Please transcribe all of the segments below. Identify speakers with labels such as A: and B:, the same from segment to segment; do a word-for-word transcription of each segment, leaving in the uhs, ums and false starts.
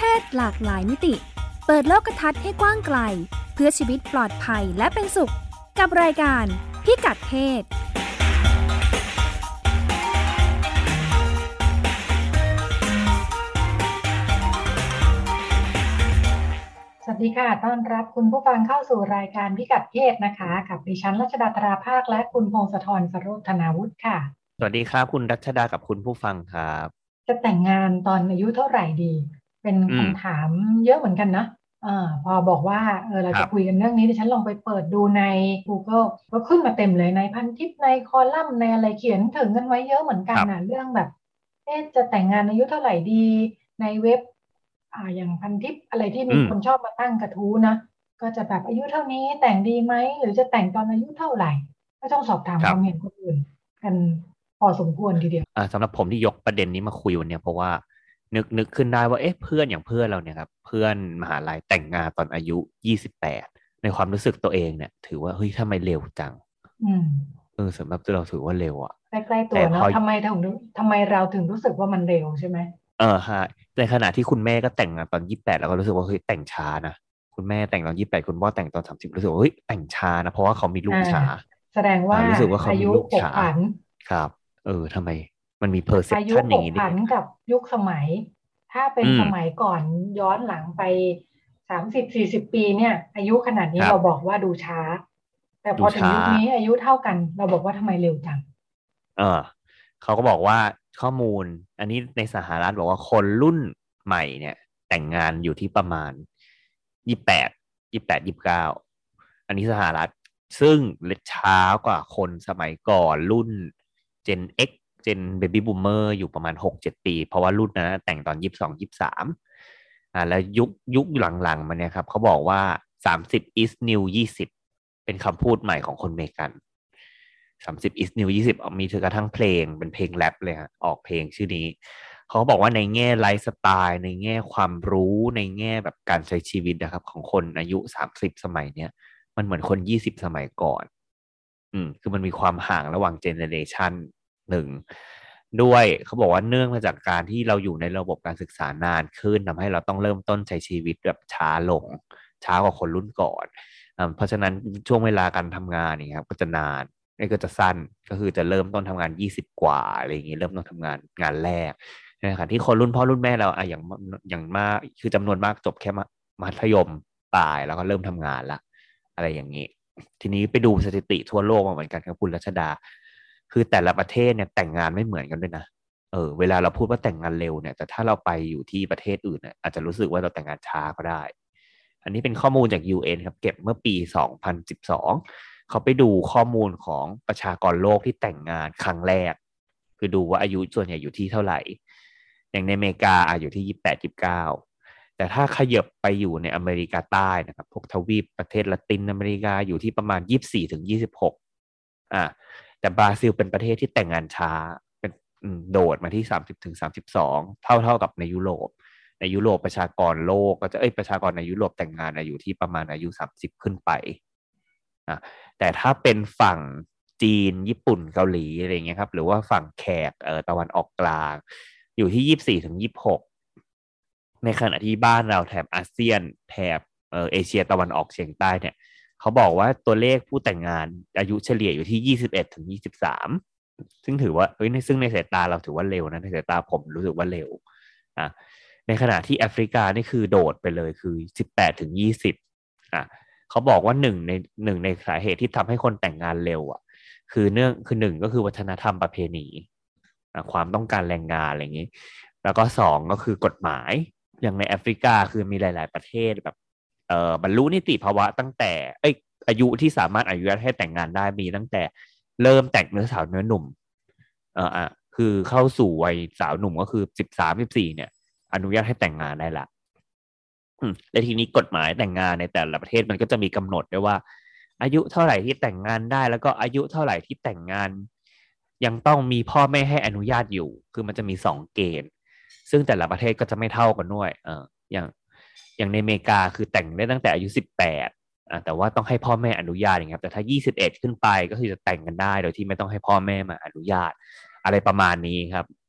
A: ศหลากหลายมิติเปิดโลกทัศน์ให้กว้างไกลเพื่อชีวิตปลอดภัยและเป็นสุขกับรายการพิกัดเพศ
B: สวัสดีค่ะต้อนรับคุณผู้ฟังเข้าสู่รายการพิกัดเพศนะคะกับดิฉันรัชดาธราภาคและคุณพงศธรสโรธนาวุฒิค่ะ
C: สวัสดีครับคุณรัชดากับคุณผู้ฟังครับ
B: จะแต่งงานตอนอายุเท่าไหร่ดีเป็นคำถามเยอะเหมือนกันนะอ่าพอบอกว่าเออเราจะคุยกันเรื่องนี้ดิฉันลองไปเปิดดูใน Google ก็ขึ้นมาเต็มเลยในพันทิปในคอลัมน์ในอะไรเขียนถึงกันไว้เยอะเหมือนกันนะเรื่องแบบเอ๊ะจะแต่งงานอายุเท่าไหร่ดีในเว็บอ่าอย่างพันทิปอะไรที่มีคนชอบมาตั้งกระทู้นะก็จะแบบอายุเท่านี้แต่งดีไหมหรือจะแต่งตอนอายุเท่าไหร่ก็ต้องสอบถามความเห็นคนอื่นกันพอสมควรทีเดียว
C: อ่าสำหรับผมที่ยกประเด็นนี้มาคุยวันนี้เพราะว่านึกนึกขึ้นได้ว่าเอ๊ะเพื่อนอย่างเพื่อนเราเนี่ยครับเพื่อนมหาลัยแต่งงานตอนอายุยี่สิบแปดในความรู้สึกตัวเองเนี่ยถือว่าเฮ้ยทำไมเร็วจัง
B: อืม
C: เออสำหรับเราถือว่าเร็วอ่ะ
B: ใกล้ๆตัวเนาะทำไมถึงทำไมเราถึงรู้สึกว่ามันเร็วใช่ไหม
C: เออฮะในขณะที่คุณแม่ก็แต่งงานตอนยี่สิบแปดแล้วก็รู้สึกว่าเฮ้ยแต่งช้านะคุณแม่แต่งตอนยี่สิบแปดคุณพ่อแต่งตอนสามสิบรู้สึกว่าเฮ้ยแต่งช้านะเพราะว่าเขามีลูกช้า
B: แสดงว่า
C: รู้สึกว่าเขามีลูกช้า
B: อายุผกผัน
C: ครับเออทำไมมันมีเพอร์เซพ
B: อายุ
C: ชันอ
B: ผก
C: ย่างนี้
B: ผันกับยุคสมัยถ้าเป็นสมัยก่อนย้อนหลังไปสามสิบสี่สิบปีเนี่ยอายุขนาดนี้เราบอกว่าดูช้าแต่พอถึงยุคนี้อายุเท่ากันเราบอกว่าทำไมเร็วจัง
C: เออเขาก็บอกว่าข้อมูลอันนี้ในสหรัฐบอกว่าคนรุ่นใหม่เนี่ยแต่งงานอยู่ที่ประมาณยี่สิบแปดยี่สิบแปดยี่สิบเก้าอันนี้สหรัฐซึ่งช้ากว่าคนสมัยก่อนรุ่น Gen X Gen Baby Boomer อยู่ประมาณ หกเจ็ด ปีเพราะว่ารุ่นนั้นแต่งตอนยี่สิบสอง ยี่สิบสามอ่าแล้วยุคยุคหลังๆมาเนี่ยครับเขาบอกว่าสามสิบ is new ยี่สิบเป็นคำพูดใหม่ของคนอเมริกันสามสิบ is new ยี่สิบมีถึงกระทั่งเพลงเป็นเพลงแรปเลยฮะออกเพลงชื่อนี้เขาบอกว่าในแง่ไลฟ์สไตล์ในแง่ความรู้ในแง่แบบการใช้ชีวิตนะครับของคนอายุสามสิบสมัยเนี้ยมันเหมือนคนยี่สิบสมัยก่อนอืมคือมันมีความห่างระหว่างเจเนเรชันหนึ่งด้วยเขาบอกว่าเนื่องมาจากการที่เราอยู่ในระบบการศึกษานานขึ้นทำให้เราต้องเริ่มต้นใช้ชีวิตแบบช้าลงช้ากว่าคนรุ่นก่อนเพราะฉะนั้นช่วงเวลาการทำงานนี่ครับก็จะนานนี่ก็จะสั้นก็คือจะเริ่มต้นทำงานยี่สิบกว่าอะไรอย่างนี้เริ่มต้นทำงานงานแรกนะครับที่คนรุ่นพ่อรุ่นแม่เราอะอย่างอย่างมากคือจำนวนมากจบแค่มัธยมปลายแล้วก็เริ่มทำงานละอะไรอย่างนี้ทีนี้ไปดูสถิติทั่วโลกมาเหมือนกันครับคุณรัชดาคือแต่ละประเทศเนี่ยแต่งงานไม่เหมือนกันด้วยนะเออเวลาเราพูดว่าแต่งงานเร็วเนี่ยแต่ถ้าเราไปอยู่ที่ประเทศอื่นเนี่ยอาจจะรู้สึกว่าเราแต่งงานช้าก็ได้อันนี้เป็นข้อมูลจาก ยู เอ็น ครับเก็บเมื่อปีสองพันสิบสองเขาไปดูข้อมูลของประชากรโลกที่แต่งงานครั้งแรกคือดูว่าอายุส่วนใหญ่อยู่ที่เท่าไหร่อย่างในอเมริกาอายุที่ยี่สิบแปด ยี่สิบเก้าแต่ถ้าขยับไปอยู่ในอเมริกาใต้นะครับพวกทวีปประเทศละตินอเมริกาอยู่ที่ประมาณยี่สิบสี่ถึงยี่สิบหกอ่าแต่บราซิลเป็นประเทศที่แต่งงานช้าเป็นโดดมาที่สามสิบถึงสามสิบสองเท่าเท่ากับในยุโรปในยุโรปประชากรโลกก็จะเอ้ยประชากรในยุโรปแต่งงานอายุที่ประมาณอายุสามสิบขึ้นไปอ่ะแต่ถ้าเป็นฝั่งจีนญี่ปุ่นเกาหลีอะไรเงี้ยครับหรือว่าฝั่งแขกเอ่อตะวันออกกลางอยู่ที่ยี่สิบสี่ถึงยี่สิบหกในขณะที่บ้านเราแถบอาเซียนแถบเอ่อเอเชียตะวันออกเฉียงใต้เนี่ยเขาบอกว่าตัวเลขผู้แต่งงานอายุเฉลี่ยอยู่ที่ยี่สิบเอ็ดถึงยี่สิบสามซึ่งถือว่าเฮ้ยซึ่งในสายตาเราถือว่าเร็วนะในสายตาผมรู้สึกว่าเร็วอ่ะในขณะที่แอฟริกานี่คือโดดไปเลยคือสิบแปดถึงยี่สิบอ่ะเขาบอกว่าหนึ่งในหนึ่งในสาเหตุที่ทำให้คนแต่งงานเร็วอ่ะคือเนื่องคือหนึ่งก็คือวัฒนธรรมประเพณีอ่ะความต้องการแรงงานอะไรอย่างนี้แล้วก็สองก็คือกฎหมายอย่างในแอฟริกาคือมีหลาย ๆประเทศแบบเอ่อบรรลุนิติภาวะตั้งแต่เอ้ยอายุที่สามารถอนุญาตให้แต่งงานได้มีตั้งแต่เริ่มแต่งเนื้อสาวเนื้อหนุ่มเอ่ออ่ะคือเข้าสู่วัยสาวหนุ่มก็คือสิบสามสิบสี่เนี่ยอนุญาตให้แต่งงานได้ละและทีนี้กฎหมายแต่งงานในแต่ละประเทศมันก็จะมีกำหนดด้วยว่าอายุเท่าไหร่ที่แต่งงานได้แล้วก็อายุเท่าไหร่ที่แต่งงานยังต้องมีพ่อแม่ให้อนุญาตอยู่คือมันจะมีสองเกณฑ์ซึ่งแต่ละประเทศก็จะไม่เท่ากันด้วยเอออย่างอย่างในอเมริกาคือแต่งได้ตั้งแต่อายุสิบแปดอ่าแต่ว่าต้องให้พ่อแม่อนุญาตอย่างเงี้ยแต่ถ้ายี่สิบเอ็ดขึ้นไปก็คือจะแต่งกันได้โดยที่ไม่ต้องให้พ่อแม่มาอนุญาตอะไรประมาณนี้ครับ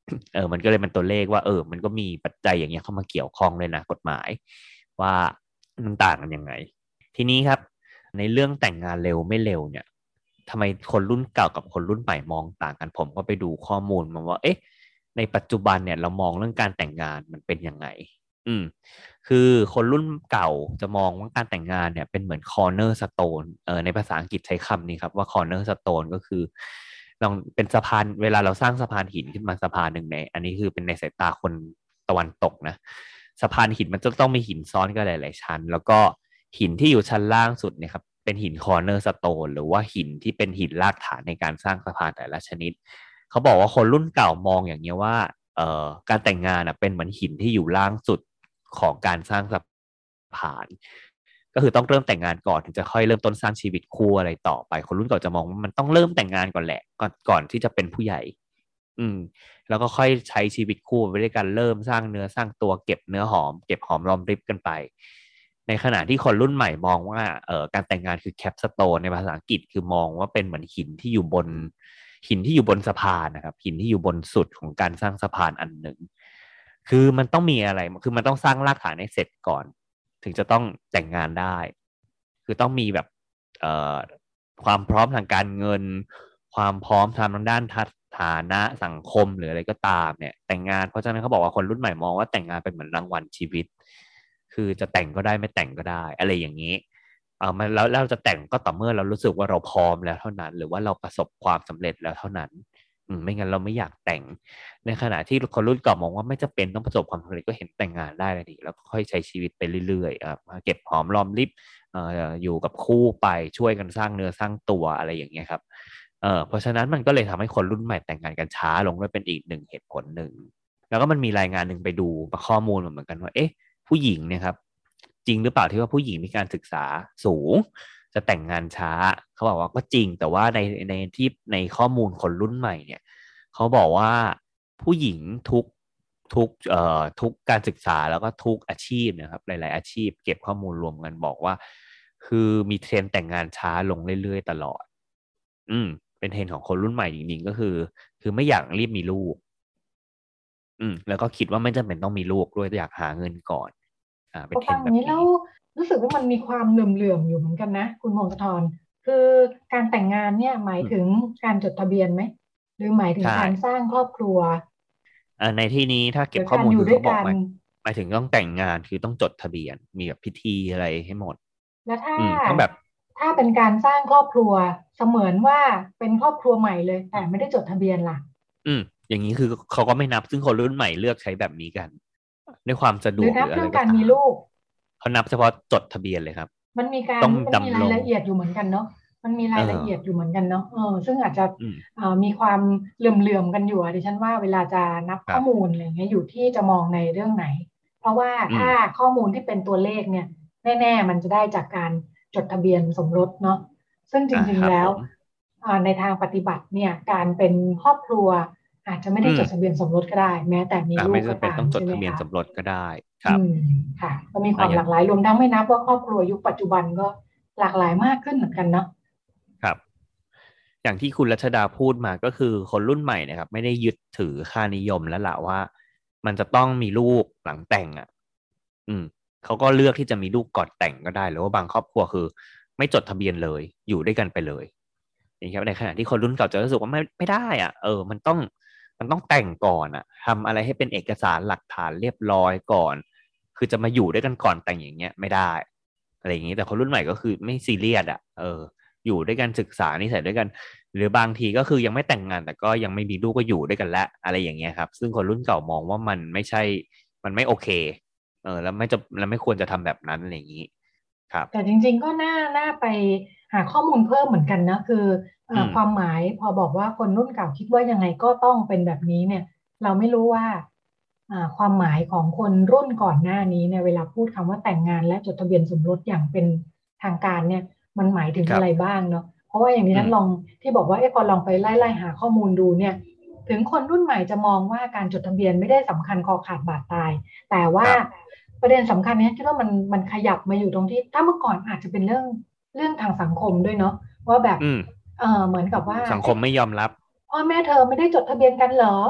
C: เออมันก็เลยเป็นตัวเลขว่าเออมันก็มีปัจจัยอย่างเงี้ยเข้ามาเกี่ยวข้องเลยนะกฎหมายว่ามันต่างกันยังไงทีนี้ครับในเรื่องแต่งงานเร็วไม่เร็วเนี่ยทำไมคนรุ่นเก่ากับคนรุ่นใหม่มองต่างกันผมก็ไปดูข้อมูลมาว่าเอ๊ะในปัจจุบันเนี่ยเรามองเรื่องการแต่งงานมันเป็นยังไงอืมคือคนรุ่นเก่าจะมองว่าการแต่งงานเนี่ยเป็นเหมือน corner stone เออในภาษาอังกฤษใช้คำนี้ครับว่า corner stone ก็คือลองเป็นสะพานเวลาเราสร้างสะพานหินขึ้นมาสะพานหนึ่งในอันนี้คือเป็นในสายตาคนตะวันตกนะสะพานหินมันจะต้องมีหินซ้อนกันหลายๆชั้นแล้วก็หินที่อยู่ชั้นล่างสุดเนี่ยครับเป็นหิน corner stone หรือว่าหินที่เป็นหินรากฐานในการสร้างสะพานแต่ละชนิดเขาบอกว่าคนรุ่นเก่ามองอย่างนี้ว่าเอ่อการแต่งงานอ่ะเป็นเหมือนหินที่อยู่ล่างสุดของการสร้างสะพานก็คือต้องเริ่มแต่งงานก่อนถึงจะค่อยเริ่มต้นสร้างชีวิตคู่อะไรต่อไปคนรุ่นเก่าจะมองว่ามันต้องเริ่มแต่งงานก่อนแหละก่อนก่อนที่จะเป็นผู้ใหญ่อืมแล้วก็ค่อยใช้ชีวิตคู่ไปด้วยกันเริ่มสร้างเนื้อสร้างตัวเก็บเนื้อหอมเก็บหอมรอมริบกันไปในขณะที่คนรุ่นใหม่มองว่าเอ่อการแต่งงานคือแคปสโตนในภาษาอังกฤษคือมองว่าเป็นเหมือนหินที่อยู่บนหินที่อยู่บนสะพานนะครับหินที่อยู่บนสุดของการสร้างสะพานอันหนึ่งคือมันต้องมีอะไรคือมันต้องสร้างรากฐานให้เสร็จก่อนถึงจะต้องแต่งงานได้คือต้องมีแบบเอ่อความพร้อมทางการเงินความพร้อมทางด้านฐานะสังคมหรืออะไรก็ตามเนี่ยแต่งงานเพราะฉะนั้นเขาบอกว่าคนรุ่นใหม่มองว่าแต่งงานเป็นเหมือนรางวัลชีวิตคือจะแต่งก็ได้ไม่แต่งก็ได้อะไรอย่างนี้เออมันแล้วเราจะแต่งก็ต่อเมื่อเรารู้สึกว่าเราพร้อมแล้วเท่านั้นหรือว่าเราประสบความสำเร็จแล้วเท่านั้นอืมไม่งั้นเราไม่อยากแต่งในขณะที่คนรุ่นเก่ามองว่าไม่จำเป็นต้องประสบความสำเร็จก็เห็นแต่งงานได้เลยดีแล้วก็ค่อยใช้ชีวิตไปเรื่อยๆอ่ามาเก็บหอมรอมริบเอ่ออยู่กับคู่ไปช่วยกันสร้างเนื้อสร้างตัวอะไรอย่างเงี้ยครับเอ่อเพราะฉะนั้นมันก็เลยทำให้คนรุ่นใหม่แต่งงานกันช้าลงด้วยเป็นอีกหนึ่งเหตุผลหนึ่งแล้วก็มันมีรายงานหนึ่งไปดูข้อมูลเหมือนกันว่าเอ๊ะผู้หญิงเนี่ยครับจริงหรือเปล่าที่ว่าผู้หญิงมีการศึกษาสูงจะแต่งงานช้าเขาบอกว่าก็จริงแต่ว่าในในที่ในข้อมูลคนรุ่นใหม่เนี่ยเขาบอกว่าผู้หญิงทุกทุกเอ่อทุกการศึกษาแล้วก็ทุกอาชีพนะครับหลายๆอาชีพเก็บข้อมูลรวมกันบอกว่าคือมีเทรนด์แต่งงานช้าลงเรื่อยๆตลอดอืมเป็นเทรนด์ของคนรุ่นใหม่จริงๆก็คือคือไม่อยากรีบมีลูกอืมแล้วก็คิดว่าไม่จำเป็นต้องมีลูกด้วยอยากหาเงินก่อนอ่าเป็น
B: พอ
C: เทร
B: ฟังอย่างนี้แล้
C: นด์แบบนี้
B: วรู้สึกว่ามันมีความเหลื่อมๆอยู่เหมือนกันนะคุณพงศธรคือการแต่งงานเนี่ยหมาย
C: อืม
B: ถึงการจดทะเบียนไหมหรือหมายถึง
C: ใช่
B: การสร้างครอบครัว
C: อ่าในที่นี้ถ้า
B: หรื
C: เก็บข้อมูล
B: อการอยู่
C: คือเขาบอก
B: ด้วยกัน
C: มาหมายถึงต้องแต่งงานคือต้องจดทะเบียนมีแบบพิธีอะไรให้หมด
B: แล้วถ้า
C: อืมต้องแบบ
B: ถ้าเป็นการสร้างครอบครัวเสมือนว่าเป็นครอบครัวใหม่เลยแต่ไม่ได้จดทะเบียนล่ะ
C: อืมอย่างนี้คือเขาก็ไม่นับซึ่งคนรุ่นใหม่เลือกใช้แบบนี้กันด้วยความสะด
B: หรือ
C: วกหรืออะไร
B: นับเรื่องการ
C: ก็ตาม
B: มีลูก
C: เขานับเฉพาะจดทะเบียนเลยครับ
B: มันมีการ
C: ต้อง
B: มันมีราย
C: ดำรง
B: ละเอียดอยู่เหมือนกันเนาะมันมี
C: เอ
B: รายละเอียด
C: อ
B: อยู่เหมือนกันเนาะเออซึ่งอาจจะ
C: อืม
B: เอ่อมีความเหลื่อมๆกันอยู่อะดิฉันว่าเวลาจะนับ
C: ครับ
B: ข้อมูลอะไรเงี้ยอยู่ที่จะมองในเรื่องไหนเพราะว่า
C: อืม
B: ถ้าข้อมูลที่เป็นตัวเลขเนี่ยแน่ๆมันจะได้จากการจดทะเบียนสมรสเนาะซึ่งจ
C: อ่า
B: ริงๆแล้ว
C: ครับผม
B: อ่าในทางปฏิบัติเนี่ยการเป็นครอบครัวอาจจะไม่ได้
C: อืม
B: จดทะเบียนสมรสก็ได้แม้แต่มี
C: อ่า
B: ลูกก็
C: ไม่จำเป็น
B: ตาม
C: ต้องจด
B: ใช่ไหมคะ
C: ทะเบียนสมรสก็ได้ครับ
B: อืมค่ะก็มีค
C: อ่าอย่าง
B: วามหลากหลายรวมทั้งไม่นับว่าครอบครัวยุคปัจจุบันก็หลากหลายมากขึ้นเหมือนกันเนาะ
C: ครับ อย่างที่คุณรัชดาพูดมาก็คือคนรุ่นใหม่นะครับไม่ได้ยึดถือค่านิยมแล้วล่ะว่ามันจะต้องมีลูกหลังแต่งอ่ะอืมเขาก็เลือกที่จะมีลูกก่อนแต่งก็ได้หรือว่าบางครอบครัวคือไม่จดทะเบียนเลยอยู่ด้วยกันไปเลยอย่างเงี้ยในขณะที่คนรุ่นเก่าจะรู้สึกว่าไม่ไม่ได้อ่ะเออมันต้องมันต้องแต่งก่อนอ่ะทำอะไรให้เป็นเอกสารหลักฐานเรียบร้อยก่อนคือจะมาอยู่ด้วยกันก่อนแต่งอย่างเงี้ยไม่ได้อะไรอย่างงี้แต่คนรุ่นใหม่ก็คือไม่ซีเรียสอ่ะเอออยู่ด้วยกันศึกษานิสัยด้วยกัน หรือบางทีก็คือยังไม่แต่งงานแต่ก็ยังไม่มีลูกก็อยู่ด้วยกันแล้วอะไรอย่างเงี้ยครับซึ่งคนรุ่นเก่ามองว่ามันไม่ใช่มันไม่โอเคเออแล้วไม่จะแล้วไม่ควรจะทำแบบนั้นอะไรอย่างนี้ครับ
B: แต่จริงๆก็น่าน่าไปหาข้อมูลเพิ่มเหมือนกันนะคือเอ่อ
C: อืม
B: ความหมายพอบอกว่าคนรุ่นเก่าคิดว่ายังไงก็ต้องเป็นแบบนี้เนี่ยเราไม่รู้ว่าอ่าความหมายของคนรุ่นก่อนหน้านี้เนี่ยเวลาพูดคำว่าแต่งงานและจดทะเบียนสมรสอย่างเป็นทางการเนี่ยมันหมายถึงอะไร
C: ครับ
B: บ้างเนาะเพราะว่าอย่างนี้
C: อืม
B: นั้นลองที่บอกว่าเอ๊ะพอลองไปไล่ไล่หาข้อมูลดูเนี่ยถึงคนรุ่นใหม่จะมองว่าการจดทะเบียนไม่ได้สำคัญคอขาดบาดตายแต่
C: ค
B: ว่า
C: รับ
B: ประเด็นสำคัญเนี้ยคิดว่ามันมันขยับมาอยู่ตรงที่ถ้าเมื่อก่อนอาจจะเป็นเรื่องเรื่องทางสังคมด้วยเนาะว่าแบบ
C: อืม
B: เออเหมือนกับว่า
C: สังค
B: เอ๊ะ
C: มไม่ยอมรับ
B: พ่อแม่เธอไม่ได้จดทะเบียนกันเหรอ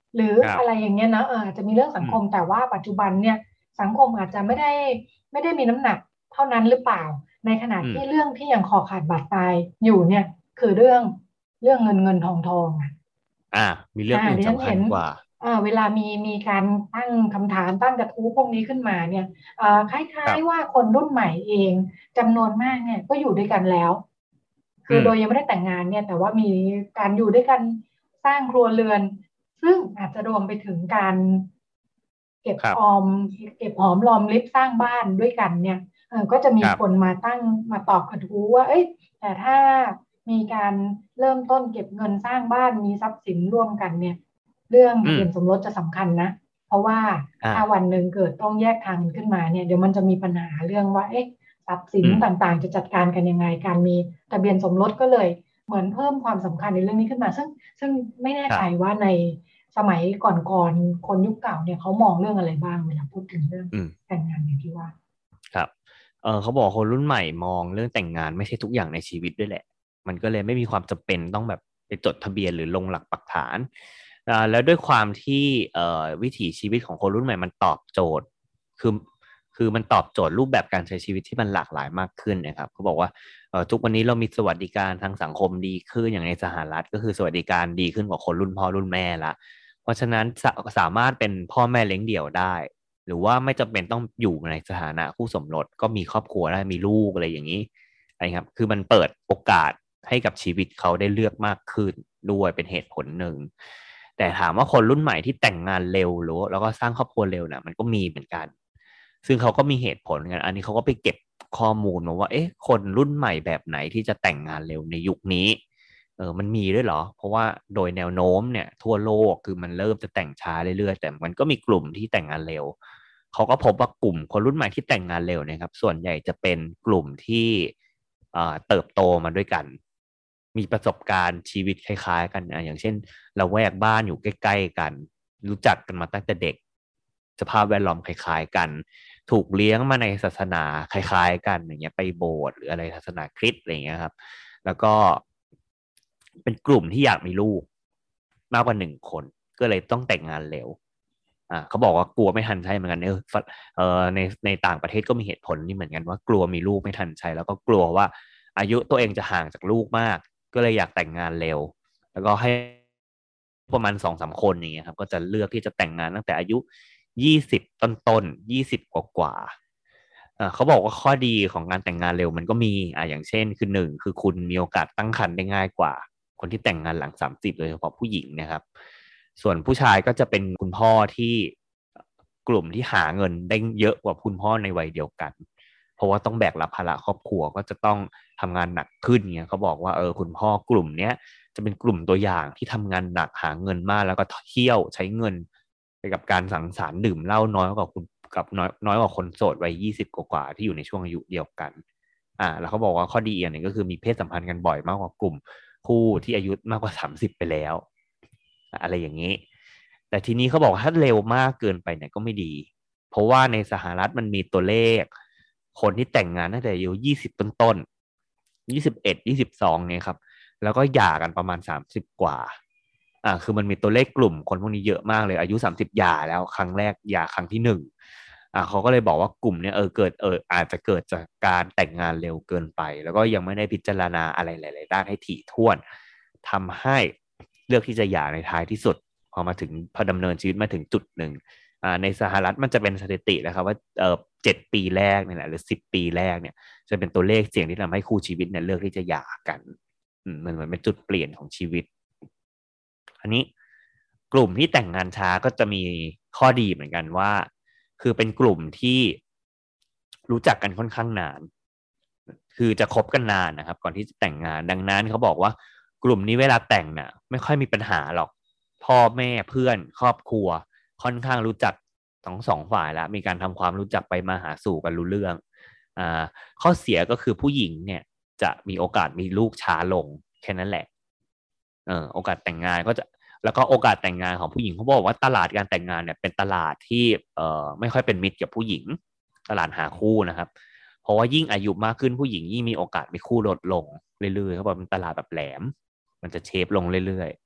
B: หรืออะไรอย่างเงี้ยนะเอออาจจะมีเรื่องสังคมแต่ว่าปัจจุบันเนี่ยสังคมอาจจะไม่ได้ไม่ได้มีน้ำหนักเท่านั้นหรือเปล่าในขณะที่เรื่องที่ยังคอขาดบาดตายอยู่เนี่ยคือเรื่องเรื่องเงินเงินทองทองอ่ะ
C: อ่ามีเรื่อง
B: อ่า
C: อื่นสำคั
B: ดิฉันเห็น
C: ญกว่า
B: อ่าเวลามีมีการตั้งคำถามตั้งกระทู้พวกนี้ขึ้นมาเนี่ยอ่าคล้ายๆว่า
C: ครับ
B: คนรุ่นใหม่เองจำนวนมากเนี่ยก็อยู่ด้วยกันแล้วคือ
C: อืม
B: โดยยังไม่ได้แต่งงานเนี่ยแต่ว่ามีการอยู่ด้วยกันสร้างครัวเรือนซึ่งอาจจะรวมไปถึงการเก็บ
C: ครับ
B: ออมเก็บหอมรอมริบสร้างบ้านด้วยกันเนี่ยเออก็จะมีคน
C: ครับ
B: มาตั้งมาตอบกระทู้ว่าเอ้ยแต่ถ้ามีการเริ่มต้นเก็บเงินสร้างบ้านมีทรัพย์สินร่วมกันเนี่ย เรื่อง
C: อืม
B: ทะเบียนสมรสจะสำคัญนะเพราะว่า
C: อ่า
B: ถ้าวันหนึ่งเกิดต้องแยกทางกันขึ้นมาเนี่ยเดี๋ยวมันจะมีปัญหาเรื่องว่าเอ๊ะทรัพย์สิน
C: อืม
B: ต่างๆจะจัดการกันยังไงการมีทะเบียนสมรสก็เลยเหมือนเพิ่มความสำคัญในเรื่องนี้ขึ้นมาซึ่งซึ่งไม่แน่ใจ
C: ครับ
B: ว่าในสมัยก่อนๆคนยุคเก่าเนี่ยเขามองเรื่องอะไรบ้างเวลาพูดถึงเรื่อง
C: อืม
B: แต่งงานอย่างที่ว่า
C: ครับเออเขาบอกคนรุ่นใหม่มองเรื่องแต่งงานไม่ใช่ทุกอย่างในชีวิตด้วยแหละมันก็เลยไม่มีความจำเป็นต้องแบบไปจดทะเบียนหรือลงหลักปักฐานอ่าแล้วด้วยความที่เอ่อวิถีชีวิตของคนรุ่นใหม่มันตอบโจทย์คือคือมันตอบโจทย์รูปแบบการใช้ชีวิตที่มันหลากหลายมากขึ้นนะครับเขาบอกว่าเอ่อทุกวันนี้เรามีสวัสดิการทางสังคมดีขึ้นอย่างในสหรัฐก็คือสวัสดิการดีขึ้นกว่าคนรุ่นพ่อรุ่นแม่ละเพราะฉะนั้นสาสามารถเป็นพ่อแม่เลี้ยงเดี่ยวได้ หรือว่าไม่จำเป็นต้องอยู่ในสถานะคู่สมรสก็มีครอบครัวได้มีลูกอะไรอย่างนี้อะไรครับคือมันเปิดโอกาสให้กับชีวิตเขาได้เลือกมากขึ้นด้วยเป็นเหตุผลหนึ่งแต่ถามว่าคนรุ่นใหม่ที่แต่งงานเร็วหรือแล้วก็สร้างครอบครัวเร็วนะมันก็มีเหมือนกันซึ่งเขาก็มีเหตุผลกันอันนี้เขาก็ไปเก็บข้อมูลมาว่าเอ๊ะคนรุ่นใหม่แบบไหนที่จะแต่งงานเร็วในยุคนี้เออมันมีด้วยเหรอเพราะว่าโดยแนวโน้มเนี่ยทั่วโลกคือมันเริ่มจะแต่งช้าเรื่อยๆแต่มันก็มีกลุ่มที่แต่งงานเร็ว เขาก็พบว่ากลุ่มคนรุ่นใหม่ที่แต่งงานเร็วเนี่ยครับส่วนใหญ่จะเป็นกลุ่มที่เติบโตมาด้วยกันมีประสบการณ์ชีวิตคล้ายๆกันนะอย่างเช่นเราแวกบ้านอยู่ใกล้ๆกันรู้จักกันมาตั้งแต่เด็กสภาพแวดล้อมคล้ายๆกันถูกเลี้ยงมาในศาสนาคล้ายๆกันอย่างเงี้ยไปโบสถ์หรืออะไรศาสนาคริสต์อะไรอย่างเงี้ยครับแล้วก็เป็นกลุ่มที่อยากมีลูกมากกว่าหนึ่งคนก็เลยต้องแต่งงานเร็ว อ่าเขาบอกว่ากลัวไม่ทันใช่เหมือนกันเออเออในในต่างประเทศก็มีเหตุผลนี่เหมือนกันว่ากลัวมีลูกไม่ทันใช่แล้วก็กลัวว่าอายุตัวเองจะห่างจากลูกมากก็เลยอยากแต่งงานเร็วแล้วก็ให้ประมาณสองสามคนอย่างเงี้ยครับก็จะเลือกที่จะแต่งงานตั้งแต่อายุยี่สิบต้นต้นยี่สิบกว่ากว่าอ่าเขาบอกว่าข้อดีของการแต่งงานเร็วมันก็มีอ่าอย่างเช่นคือหนึ่งคือคุณมีโอกาสตั้งครรภ์ได้ง่ายกว่าคนที่แต่งงานหลังสามสิบโดยเฉพาะผู้หญิงนะครับ ส่วนผู้ชายก็จะเป็นคุณพ่อที่กลุ่มที่หาเงินได้เยอะกว่าคุณพ่อในวัยเดียวกันเพราะว่าต้องแบกรับภาระครอบครัวก็จะต้องทำงานหนักขึ้นเนี่ยเขาบอกว่าเออคุณพ่อกลุ่มเนี้ยจะเป็นกลุ่มตัวอย่างที่ทำงานหนักหาเงินมากแล้วก็เที่ยวใช้เงินไปกับการสังสรรค์ดื่มเหล้าน้อยกว่าคุณกับน้อยน้อยกว่าคนโสดวัยยี่สิบกว่าที่อยู่ในช่วงอายุเดียวกันอ่าแล้วเขาบอกว่าข้อดีอีกอย่างหนึ่งก็คือมีเพศสัมพันธ์กันบ่อยมากกว่ากลุ่มคู่ที่อายุมากกว่าสามสิบไปแล้ว อะไรอย่างนี้ แต่ทีนี้เขาบอกว่าถ้าเร็วมากเกินไปเนี่ยก็ไม่ดี เพราะว่าในสหรัฐมันมีตัวเลข คนที่แต่งงานตั้งแต่อายุยี่สิบต้นๆยี่สิบเอ็ดยี่สิบสองเนี่ยครับ แล้วก็หย่ากันประมาณสามสิบกว่าอ่าคือมันมีตัวเลขกลุ่มคนพวกนี้เยอะมากเลยอายุสามสิบหย่าแล้วครั้งแรกหย่าครั้งที่หนึ่งอ่าเขาก็เลยบอกว่ากลุ่มเนี้ยเออเกิดเอออาจจะเกิดจากการแต่งงานเร็วเกินไป แล้วก็ยังไม่ได้พิจารณาอะไรหลายๆด้านให้ถี่ถ้วนทำให้เลือกที่จะหย่าในท้ายที่สุดพอมาถึงพอดำเนินชีวิตมาถึงจุดหนึ่งอ่าในสหรัฐมันจะเป็นสถิตินะครับว่าเออเจ็ดปีแรกเนี่ยแหละหรือสิบปีแรกเนี่ยจะเป็นตัวเลขเสี่ยงที่ทำให้คู่ชีวิตเนี่ยเลือกที่จะหย่ากันมันเหมือนเป็นจุดเปลี่ยนของชีวิตอันนี้กลุ่มที่แต่งงานช้าก็จะมีข้อดีเหมือนกันว่าคือเป็นกลุ่มที่รู้จักกันค่อนข้างนานคือจะคบกันนานนะครับก่อนที่จะแต่งงานดังนั้นเขาบอกว่ากลุ่มนี้เวลาแต่งน่ะไม่ค่อยมีปัญหาหรอกพ่อแม่เพื่อนครอบครัวค่อนข้างรู้จักทั้งสองฝ่ายแล้วมีการทำความรู้จักไปมาหาสู่กันรู้เรื่องอ่าข้อเสียก็คือผู้หญิงเนี่ยจะมีโอกาสมีลูกช้าลงแค่นั้นแหละเออโอกาสแต่งงานก็จะแล้วก็โอกาสแต่งงานของผู้หญิงเขาบอกว่าตลาดการแต่งงานเนี่ยเป็นตลาดที่เอ่อไม่ค่อยเป็นมิตรกับผู้หญิงตลาดหาคู่นะครับเพราะว่ายิ่งอายุมากขึ้นผู้หญิงยิ่งมีโอกาสมีคู่ลดลงเรื่อยๆเขาบอกเป็นตลาดแบบแหลมมันจะเชฟลงเรื่อย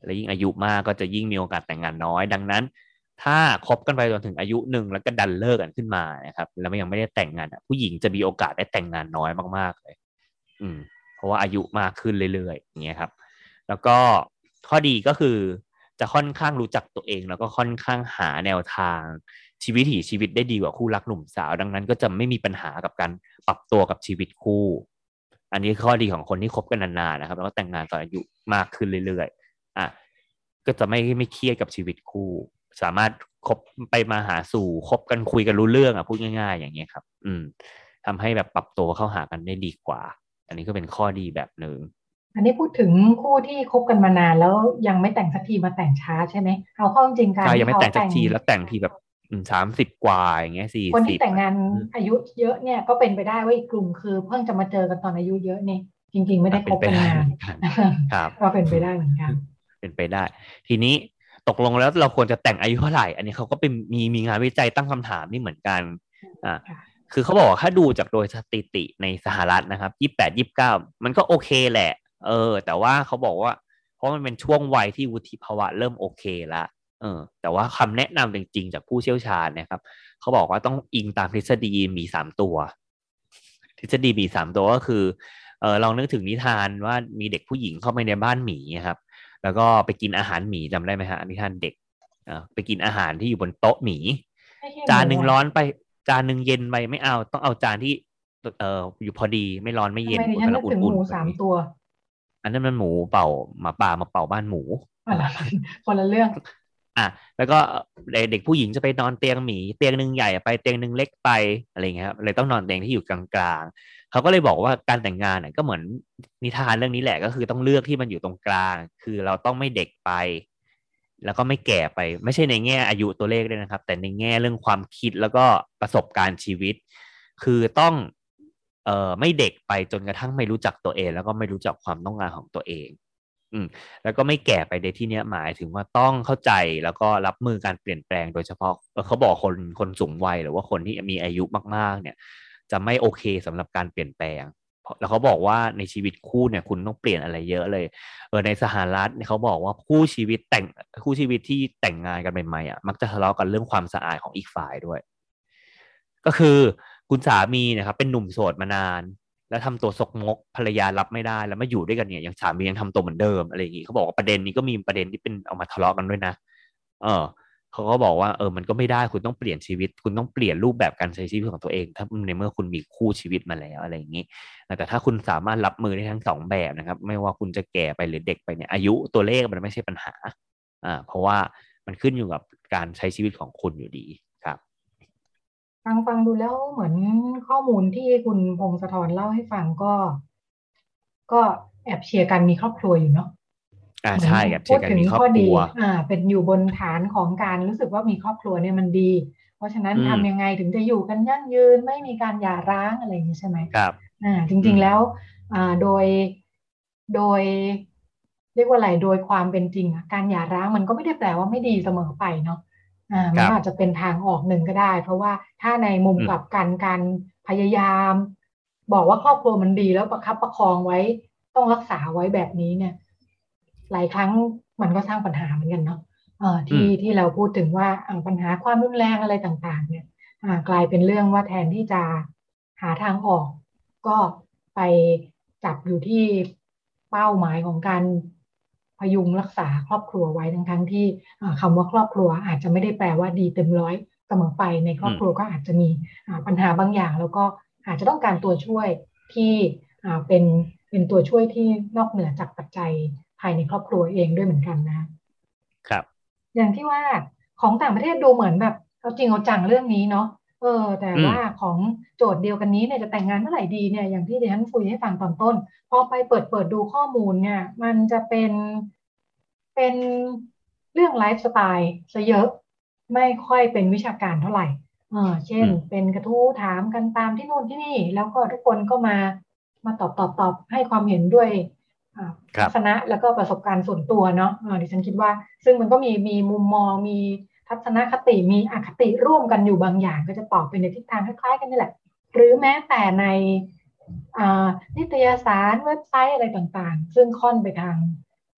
C: และยิ่งอายุมากก็จะยิ่งมีโอกาสแต่งงานน้อยดังนั้นถ้าคบกันไปจนถึงอายุหนึ่งแล้วก็ดันเลิกกันขึ้นมานะครับแล้วยังไม่ได้แต่งงานผู้หญิงจะมีโอกาสได้แต่งงานน้อยมากๆเลยอืมเพราะว่าอายุมากขึ้นเรื่อยๆอย่างเงี้ยครับแล้วก็ข้อดีก็คือจะค่อนข้างรู้จักตัวเองแล้วก็ค่อนข้างหาแนวทางชีวิตถีชีวิตได้ดีกว่าคู่รักหนุ่มสาวดังนั้นก็จะไม่มีปัญหากับการปรับตัวกับชีวิตคู่อันนี้ข้อดีของคนที่คบกันนานๆนะครับแล้วก็แต่งงานตอนอายุมากขึ้นเรื่อยๆอ่ะก็จะไม่ไม่เครียดกับชีวิตคู่สามารถคบไปมาหาสู่คบกันคุยกันรู้เรื่องอ่ะพูดง่ายๆอย่างเงี้ยครับอืมทำให้แบบปรับตัวเข้าหากันได้ดีกว่าอันนี้ก็เป็นข้อดีแบบหนึ่ง
B: อันนี้พูดถึงคู่ที่คบกันมานานแล้วยังไม่แต่งสักทีมาแต่งช้าใช่ไหมเอาเข้าจริงการ
C: ใช่ยั
B: ที่
C: งไม่แต่งสัก
B: เขาแต่ง
C: ทีแล้วแต่งทีแบบสามสิบกว่าอย่างเงี้ยสี่
B: คน
C: สิบ
B: ที่แต่งงานอายุเยอะเนี่ยก็เป็นไปได้ว่าอีกกลุ่มคือเพิ่งจะมาเจอกันตอนอายุเยอะเนี่ยจริงๆไม่ได้ค
C: เป็นไปได้
B: บกันนาน
C: เหมือนกันครับ
B: ก็เป็นไปได้เหมือนกัน
C: เป็นไปได้ทีนี้ตกลงแล้วเราควรจะแต่งอายุเท่าไหร่อันนี้เขาก็เป็นมีมีงานวิจัยตั้งคำถามนี่เหมือนกันอ่าคือเขาบอกว่าถ้าดูจากโดยสถิติในสหรัฐนะครับยี่สิบแปด ยี่สิบเก้ามันก็โอเคแหละเออแต่ว่าเขาบอกว่าเพราะมันเป็นช่วงวัยที่วุฒิภาวะเริ่มโอเคละเออแต่ว่าคำแนะนำจริงๆจากผู้เชี่ยวชาญนะครับเขาบอกว่าต้องอิงตามทฤษฎีมีสามตัวทฤษฎีมีสามตัวก็คือเออลองนึกถึงนิทานว่ามีเด็กผู้หญิงเข้าไปในบ้านหมีครับแล้วก็ไปกินอาหารหมีจำได้ไหมฮะนิทานเด็กไปกินอาหารที่อยู่บนโต๊ะหมีจานหนึ่งร้อนไปจานหนึ่งเย็นไปไม่เอาต้องเอาจานที่เอออยู่พอดีไม่ร้อนไม่เย็น
B: ทำไมดิฉันนึกถึงหมูสามตัว
C: อันนั้นมันหมูเป่าหมาป่ามาเป่าบ้านหมู
B: อะไรคนละเรื่อง
C: อ่ะแล้วก็เด็กผู้หญิงจะไปนอนเตียงหมีเตียงหนึ่งใหญ่ไปเตียงหนึ่งเล็กไปอะไรเงี้ยครับเลยต้องนอนเตียงที่อยู่กลางๆเขาก็เลยบอกว่าการแต่งงานเนี่ยก็เหมือนนิทานเรื่องนี้แหละก็คือต้องเลือกที่มันอยู่ตรงกลางคือเราต้องไม่เด็กไปแล้วก็ไม่แก่ไปไม่ใช่ในแง่อายุตัวเลขด้วยนะครับแต่ในแง่เรื่องความคิดแล้วก็ประสบการณ์ชีวิตคือต้องเอ่อไม่เด็กไปจนกระทั่งไม่รู้จักตัวเองแล้วก็ไม่รู้จักความต้องการของตัวเองอืมแล้วก็ไม่แก่ไปในที่นี้หมายถึงว่าต้องเข้าใจแล้วก็รับมือการเปลี่ยนแปลงโดยเฉพาะเขาบอกคนคนสูงวัยหรือว่าคนที่มีอายุมากๆเนี่ยจะไม่โอเคสำหรับการเปลี่ยนแปลงแล้วเขาบอกว่าในชีวิตคู่เนี่ยคุณต้องเปลี่ยนอะไรเยอะเลยเออในสหรัฐเนี่ยเขาบอกว่าคู่ชีวิตแต่งคู่ชีวิตที่แต่งงานกันใหม่ๆอ่ะมักจะทะเลาะกันเรื่องความสะอาดของอีกฝ่ายด้วยก็คือคุณสามีนะครับเป็นหนุ่มโสดมานานแล้วทำตัวซกมกภรรยารับไม่ได้แล้วมาอยู่ด้วยกันเนี่ยยังสามียังทำตัวเหมือนเดิมอะไรอย่างนี้เขาบอกว่าประเด็นนี้ก็มีประเด็นที่เป็นเอามาทะเลาะกันด้วยนะเออเขาก็บอกว่าเออมันก็ไม่ได้คุณต้องเปลี่ยนชีวิตคุณต้องเปลี่ยนรูปแบบการใช้ชีวิตของตัวเองถ้าในเมื่อคุณมีคู่ชีวิตมาแล้วอะไรอย่างนี้แต่ถ้าคุณสามารถรับมือได้ทั้งสองแบบนะครับไม่ว่าคุณจะแก่ไปหรือเด็กไปเนี่ยอายุตัวเลขมันไม่ใช่ปัญหาอ่าเพราะว่ามันขึ้นอยู่กับการใช้ชีวิตของคุณอยู่ดีครับ
B: ฟังฟังดูแล้วเหมือนข้อมูลที่คุณพงศธรเล่าให้ฟังก็ ก็แอบเชียร์กันมีครอบครัวอยู่เนาะ
C: อ่า
B: เหมือน
C: ใช่แอบเชี
B: พูดถึง
C: ยร์กันมีครอ
B: ข้อดี
C: บครัว
B: อ่าเป็นอยู่บนฐานของการรู้สึกว่ามีครอบครัวเนี่ยมันดี เพราะฉะนั้น
C: อืม
B: ทำยังไงถึงจะอยู่กันยั่งยืนไม่มีการหย่าร้างอะไรอย่างนี้ใช่ไหม
C: ครับ
B: อ่าจ
C: อืม
B: ริงๆแล้วอ่าโดยโดยเรียกว่าอะไรโดยความเป็นจริงอะการหย่าร้างมันก็ไม่ได้แปลว่าไม่ดีเสมอไปเนาะอ่ามัน
C: ครับ
B: อาจจะเป็นทางออกหนึ่งก็ได้เพราะว่าถ้าในมุม
C: อืม
B: กลับกันการพยายามบอกว่าครอบครัวมันดีแล้วประคับประคองไว้ต้องรักษาไว้แบบนี้เนี่ยหลายครั้งมันก็สร้างปัญหาเหมือนกันเนาะเอ่อ
C: อื
B: ที่
C: ม
B: ที่เราพูดถึงว่าเอ่อปัญหาความรุนแรงอะไรต่างๆเนี่ยอ่ากลายเป็นเรื่องว่าแทนที่จะหาทางออกก็ไปจับอยู่ที่เป้าหมายของการพยุงรักษาครอบครัวไว้ทั้งทั้งที่อ่าคำว่าครอบครัวอาจจะไม่ได้แปลว่าดีเต็มร้อยเสมอไปในครอบครัว
C: อืม
B: ก็อาจจะมีอ่าปัญหาบางอย่างแล้วก็อาจจะต้องการตัวช่วยที่อ่าเป็นเป็นตัวช่วยที่นอกเหนือจากปัจจัยภายในครอบครัวเองด้วยเหมือนกันนะครับอย่างที่ว่าของต่างประเทศดูเหมือนแบบเอาจริงเอาจังเรื่องนี้เนาะเออแต่
C: อืม
B: ว่าของโจทย์เดียวกันนี้เนี่ยจะแต่งงานเมื่อไหร่ดีเนี่ยอย่างที่ดิฉันคุยให้ฟังตอนต้นพอไปเปิดเปิดดูข้อมูลเนี่ยมันจะเป็นเป็นเรื่องไลฟ์สไตล์ซะเยอะไม่ค่อยเป็นวิชาการเท่าไหร่เออเช่น
C: อืม
B: เป็นกระทู้ถามกันตามที่นู่นที่นี่แล้วก็ทุกคนก็มามาตอบตอบตอบให้ความเห็นด้วย อ่าทัศนะ
C: ครับ
B: แล้วก็ประสบการณ์ส่วนตัวเนาะอ่าดิฉันคิดว่าซึ่งมันก็มีมีมุมมองมีทัศนคติมีอคติร่วมกันอยู่บางอย่างก็จะตอบไปในทิศทางคล้ายๆกันนี่แหละหรือแม้แต่ในอ่านิตยสารเว็บไซต์อะไรต่างๆซึ่งค่อนไปทาง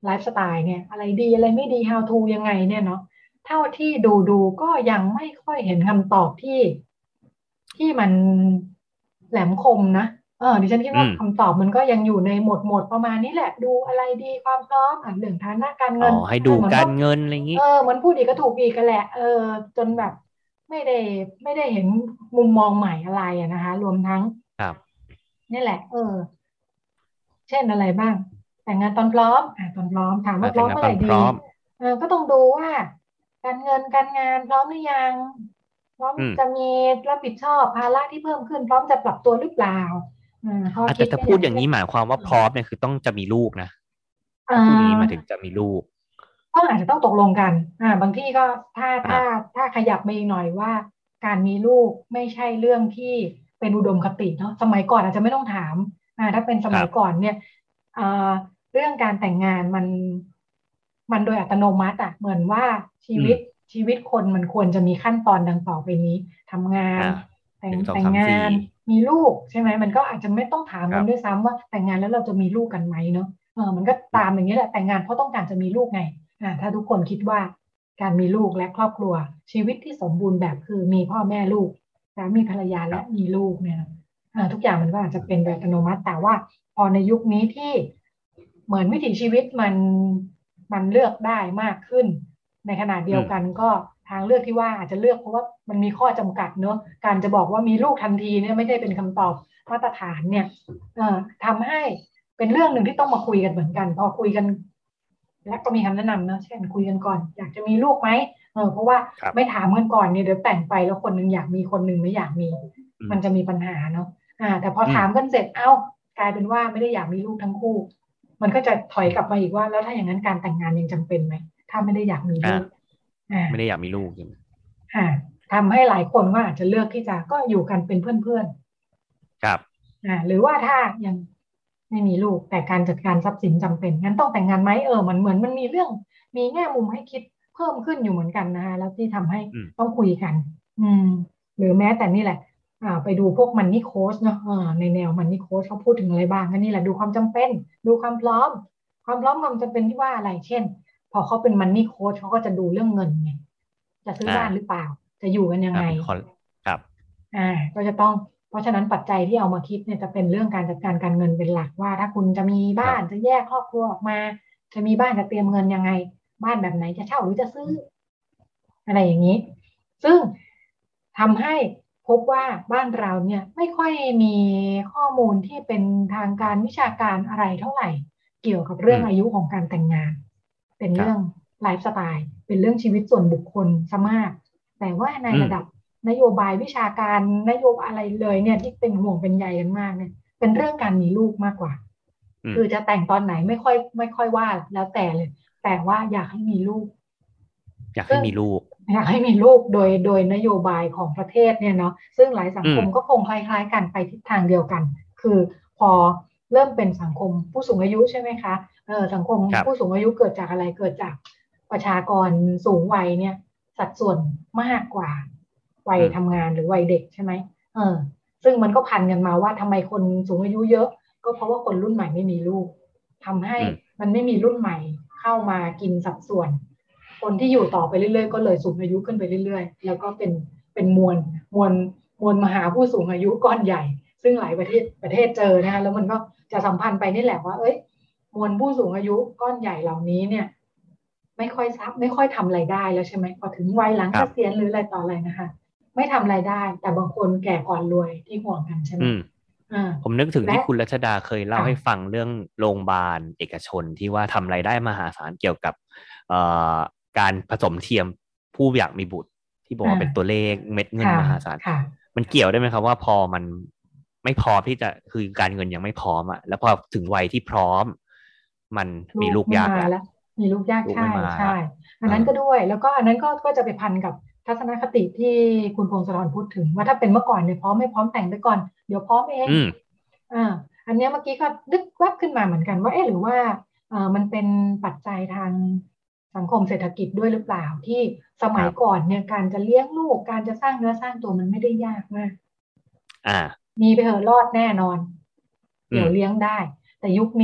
B: ไลฟ์สไตล์เนี่ยอะไรดีอะไรไม่ดี how to ยังไงเนี่ยเนาะเท่าที่ดูดูก็ยังไม่ค่อยเห็นคำตอบที่ที่มันแหลมคมนะเออดิฉันคิดว่า
C: อืม
B: คำตอบมันก็ยังอยู่ในหมวดหมวดประมาณนี้แหละดูอะไรดีความพร้อมอ่ะเรื่องฐานะการ
C: อ๋อ
B: เงิน
C: ให้ดู
B: อ่ะเหมือนว่า
C: การเงินอะไรอย่าง
B: เอ
C: นี้
B: อเหมือนพูดอีกก็ถูกอีกกันแหละเออจนแบบไม่ได้ไม่ได้เห็นมุมมองใหม่อะไรอะนะคะรวมทั้ง
C: ครับ
B: นี่แหละเออ เช่นอะไรบ้างแต่งงานตอนพร้อมอ่าตอนพร้อมถามว่าพร้
C: อ่าแต่งงาน
B: อมเมื่อไหร่ดี
C: ตอนพร้อม
B: เออก็ต้องดูว่าการเงินการงานพร้อมหรือยังพร้อม
C: อืม
B: จะมีรับผิดชอบภาระที่เพิ่มขึ้นพร้อมจะปรับตัวหรือเปล่าอ่าข้อ
C: อ่ะ
B: คิ
C: แต่ถ้าพูด
B: ดก็อย่างเช่น
C: อย่างนี้หมายความว่าพร้อมเนี่ยคือต้องจะมีลูกนะ
B: อ่
C: ถ้าพูดอย่างนี้หมายถึง
B: า
C: จะมีลูก
B: ก็อาจจะต้องตกลงกันอ่าบางที่ก็ถ้าถ้า
C: อ่า
B: ถ้าขยับมาอีกหน่อยว่าการมีลูกไม่ใช่เรื่องที่เป็นอุดมคติเนาะสมัยก่อนอาจจะไม่ต้องถามอ่าถ้าเป็นสมัย
C: ครับ
B: ก่อนเนี่ยอ่า เรื่องการแต่งงานมันมันโดยอัตโนมัติอ่ะเหมือนว่าชี
C: อืม
B: วิตชีวิตคนมันควรจะมีขั้นตอนดังต่อไปนี้ทำงาน
C: อ่า
B: แต่ง
C: หนึ่งสอง
B: แต่งงา
C: สามสี่
B: นมีลูกใช่ไหมมันก็อาจจะไม่ต้องถาม
C: ครับ
B: กันด้วยซ้ำว่าแต่งงานแล้วเราจะมีลูกกันไหมเนาะเออมันก็ตามอย่างนี้แหละแต่งงานเพราะต้องการจะมีลูกไงอ่าถ้าทุกคนคิดว่าการมีลูกและครอบครัวชีวิตที่สมบูรณ์แบบคือมีพ่อแม่ลูกสามีภรรยาและ
C: ครับ
B: มีลูกเนี่ยอ่าทุกอย่างมันก็อาจจะเป็นโดยอัตโนมัติแต่ว่าพอในยุคนี้ที่ เหมือนวิถีชีวิตมันมันเลือกได้มากขึ้นในขณะเดี
C: อืม
B: ยวกันก็ทางเลือกที่ว่าอาจจะเลือกเพราะว่ามันมีข้อจำกัดเนอะการจะบอกว่ามีลูกทันทีเนี่ยไม่ใช่เป็นคำตอบมาตรฐานเนี่ยเอ่อทำให้เป็นเรื่องหนึ่งที่ต้องมาคุยกันเหมือนกันพอคุยกันและก็มีคำแนะนำเนอะเช่นคุยกันก่อนอยากจะมีลูกไหมเออเพราะว่า
C: ครับ
B: ไม่ถามกันก่อนเนี่ยเดี๋ยวแต่งไปแล้วคนหนึ่งอยากมีคนหนึ่งไม่อยากมี
C: อืม
B: มันจะมีปัญหาเนาะอ่าแต่พอ
C: อืม
B: ถามกันเสร็จเอ้ากลายเป็นว่าไม่ได้อยากมีลูกทั้งคู่ มันก็จะถอย
C: อืม
B: กลับมาอีกว่าแล้วถ้าอย่างนั้นการแต่งงานยังจำเป็นไหมถ้าไม่ได้อยากมี
C: อ่า
B: ลูกอ่า
C: ไม่ได้อยากมีลูกใช่ไหม
B: อ่าทำให้หลายคนก็อาจจะเลือกที่จะก็อยู่กันเป็นเพื่อน
C: ครับ
B: ๆอ่าหรือว่าถ้ายังไม่มีลูกแต่การจัดการทรัพย์สินจำเป็นงั้นต้องแต่งงานไหมเออมันเหมือนมันมีเรื่องมีแง่มุมให้คิดเพิ่มขึ้นอยู่เหมือนกันนะคะแล้วที่ทำให้
C: อืม
B: ต้องคุยกันอืมหรือแม้แต่นี่แหละอ่าไปดูพวกมันนี่โค้ชเนาะอ่าในแนวมันนี่โค้ชเขาพูดถึงอะไรบ้างก็นี่แหละดูความจำเป็นดูความพร้อม ความพร้อมความจำเป็นที่ว่าอะไรเช่นพอเขาเป็นมันนี่โค้ชเขาก็จะดูเรื่องเงินไงจะซื้อ
C: อ่า
B: บ้านหรือเปล่าจะอยู่กันยังไง
C: อ่าเป็นคอนครับ
B: อ่าก็จะต้องเพราะฉะนั้นปัจจัยที่เอามาคิดเนี่ยจะเป็นเรื่องการจัดการการเงินเป็นหลักว่าถ้าคุณจะมี
C: ค
B: บ้า
C: รับ
B: นจะแยกครอบครัวออกมาจะมีบ้านจะเตรียมเงินยังไงบ้านแบบไหนจะเช่าหรือจะซื้ออะไรอย่างนี้ซึ่งทำให้พบว่าบ้านเราเนี่ยไม่ค่อยมีข้อมูลที่เป็นทางการวิชาการอะไรเท่าไหร่ เกี่ยวกับเรื่
C: อืม
B: องอายุของการแต่งงานเป็นเรื่อง
C: ครับ
B: ไลฟ์สไตล์เป็นเรื่องชีวิตส่วนบุคคลซะมากแต่ว่าใน
C: อืม
B: ระดับนโยบายวิชาการนโยบายอะไรเลยเนี่ยที่เป็นห่วงเป็นใยกันมากเนี่ยเป็นเรื่องการมีลูกมากกว่า
C: อืม
B: คือจะแต่งตอนไหนไม่ค่อยไม่ค่อยว่าแล้วแต่เลยแต่ว่าอยากให้มีลูก
C: อยากให้
B: ซึ่ง
C: มีลูก
B: อยากให้มีลูกโดยโดยนโยบายของประเทศเนี่ยเนาะซึ่งหลายสัง
C: อืม
B: คมก็คงคล้ายๆกันไปทิศทางเดียวกันคือพอเริ่มเป็นสังคมผู้สูงอายุใช่ไหมคะ เออสังคม
C: ครับ
B: ผู้สูงอายุเกิดจากอะไรเกิดจากประชากรสูงวัยเนี่ยสัดส่วนมากกว่าวัย
C: อืม
B: ทำงานหรือวัยเด็กใช่ไหมเออซึ่งมันก็พันกันมาว่าทำไมคนสูงอายุเยอะก็เพราะว่าคนรุ่นใหม่ไม่มีลูกทำให้
C: อืม
B: มันไม่มีรุ่นใหม่เข้ามากินสัดส่วนคนที่อยู่ต่อไปเรื่อยๆก็เลยสูงอายุขึ้นไปเรื่อยๆแล้วก็เป็นเป็นมวลมวลมวลมหาผู้สูงอายุก้อนใหญ่ซึ่งหลายประเทศประเทศเจอนะคะแล้วมันก็จะสัมพันธ์ไปนี่แหละว่าเอ้ย มวลผู้สูงอายุก้อนใหญ่เหล่านี้เนี่ยไม่ค่อยซับไม่ค่อยทำรายได้แล้วใช่ไหมพอถึงวัยหลังเกษียณ
C: ครับ
B: หรืออะไรต่ออะไรนะคะไม่ทำรายได้แต่บางคนแก่ก่อนรวยที่ห่วงกันใช่ไหม
C: อืม
B: อ่า
C: ผมนึกถึง
B: และ
C: ที่คุณรัชดาเคยเล่า
B: ค่ะ
C: ให้ฟังเรื่องโรงพยาบาลเอกชนที่ว่าทำรายได้มหาศาลเกี่ยวกับเอ่อการผสมเทียมผู้อยากมีบุตรที่บอก
B: อ่า
C: ว่าเป็นตัวเลขเม็ดเงิน
B: ค่ะ
C: มหาศาล
B: ค่ะ
C: มันเกี่ยวได้ไหมครับว่าพอมันไม่พร้อมที่จะคือการเงินยังไม่พร้อมอ่ะแล้วพอถึงวัยที่พร้อมมันมีลูก
B: ลูกไม่
C: ยากแล้ว
B: มาแล้วมีลูกยากใช่
C: ลูกไม่มา
B: ใช่
C: ละ
B: อัน
C: เออ
B: นั้นก็ด้วยแล้วก็อันนั้นก็ก็จะไปพันกับทัศนคติที่คุณพงศธรพูดถึงว่าถ้าเป็นเมื่อก่อนเนี่ยพร้อมไม่พร้อมแต่งไปก่อนเดี๋ยวพร้อมเอง
C: อืม
B: อ่าอันเนี้ยเมื่อกี้ก็นึกแวบขึ้นมาเหมือนกันว่าเอ๊ะหรือว่าเอ่อมันเป็นปัจจัยทางสังคมเศรษฐกิจด้วยหรือเปล่าที่สมัยก่อ
C: ครับ
B: นเนี่ยการจะเลี้ยงลูกการจะสร้างเนื้อสร้างตัวมันไม่ได้ยากมาก
C: อ่า
B: มีไปเถอะรอดแน่นอน
C: อืม
B: เดี๋ยวเลี้ยงได้แต่ยุคนี้เนี่ย
C: ครับ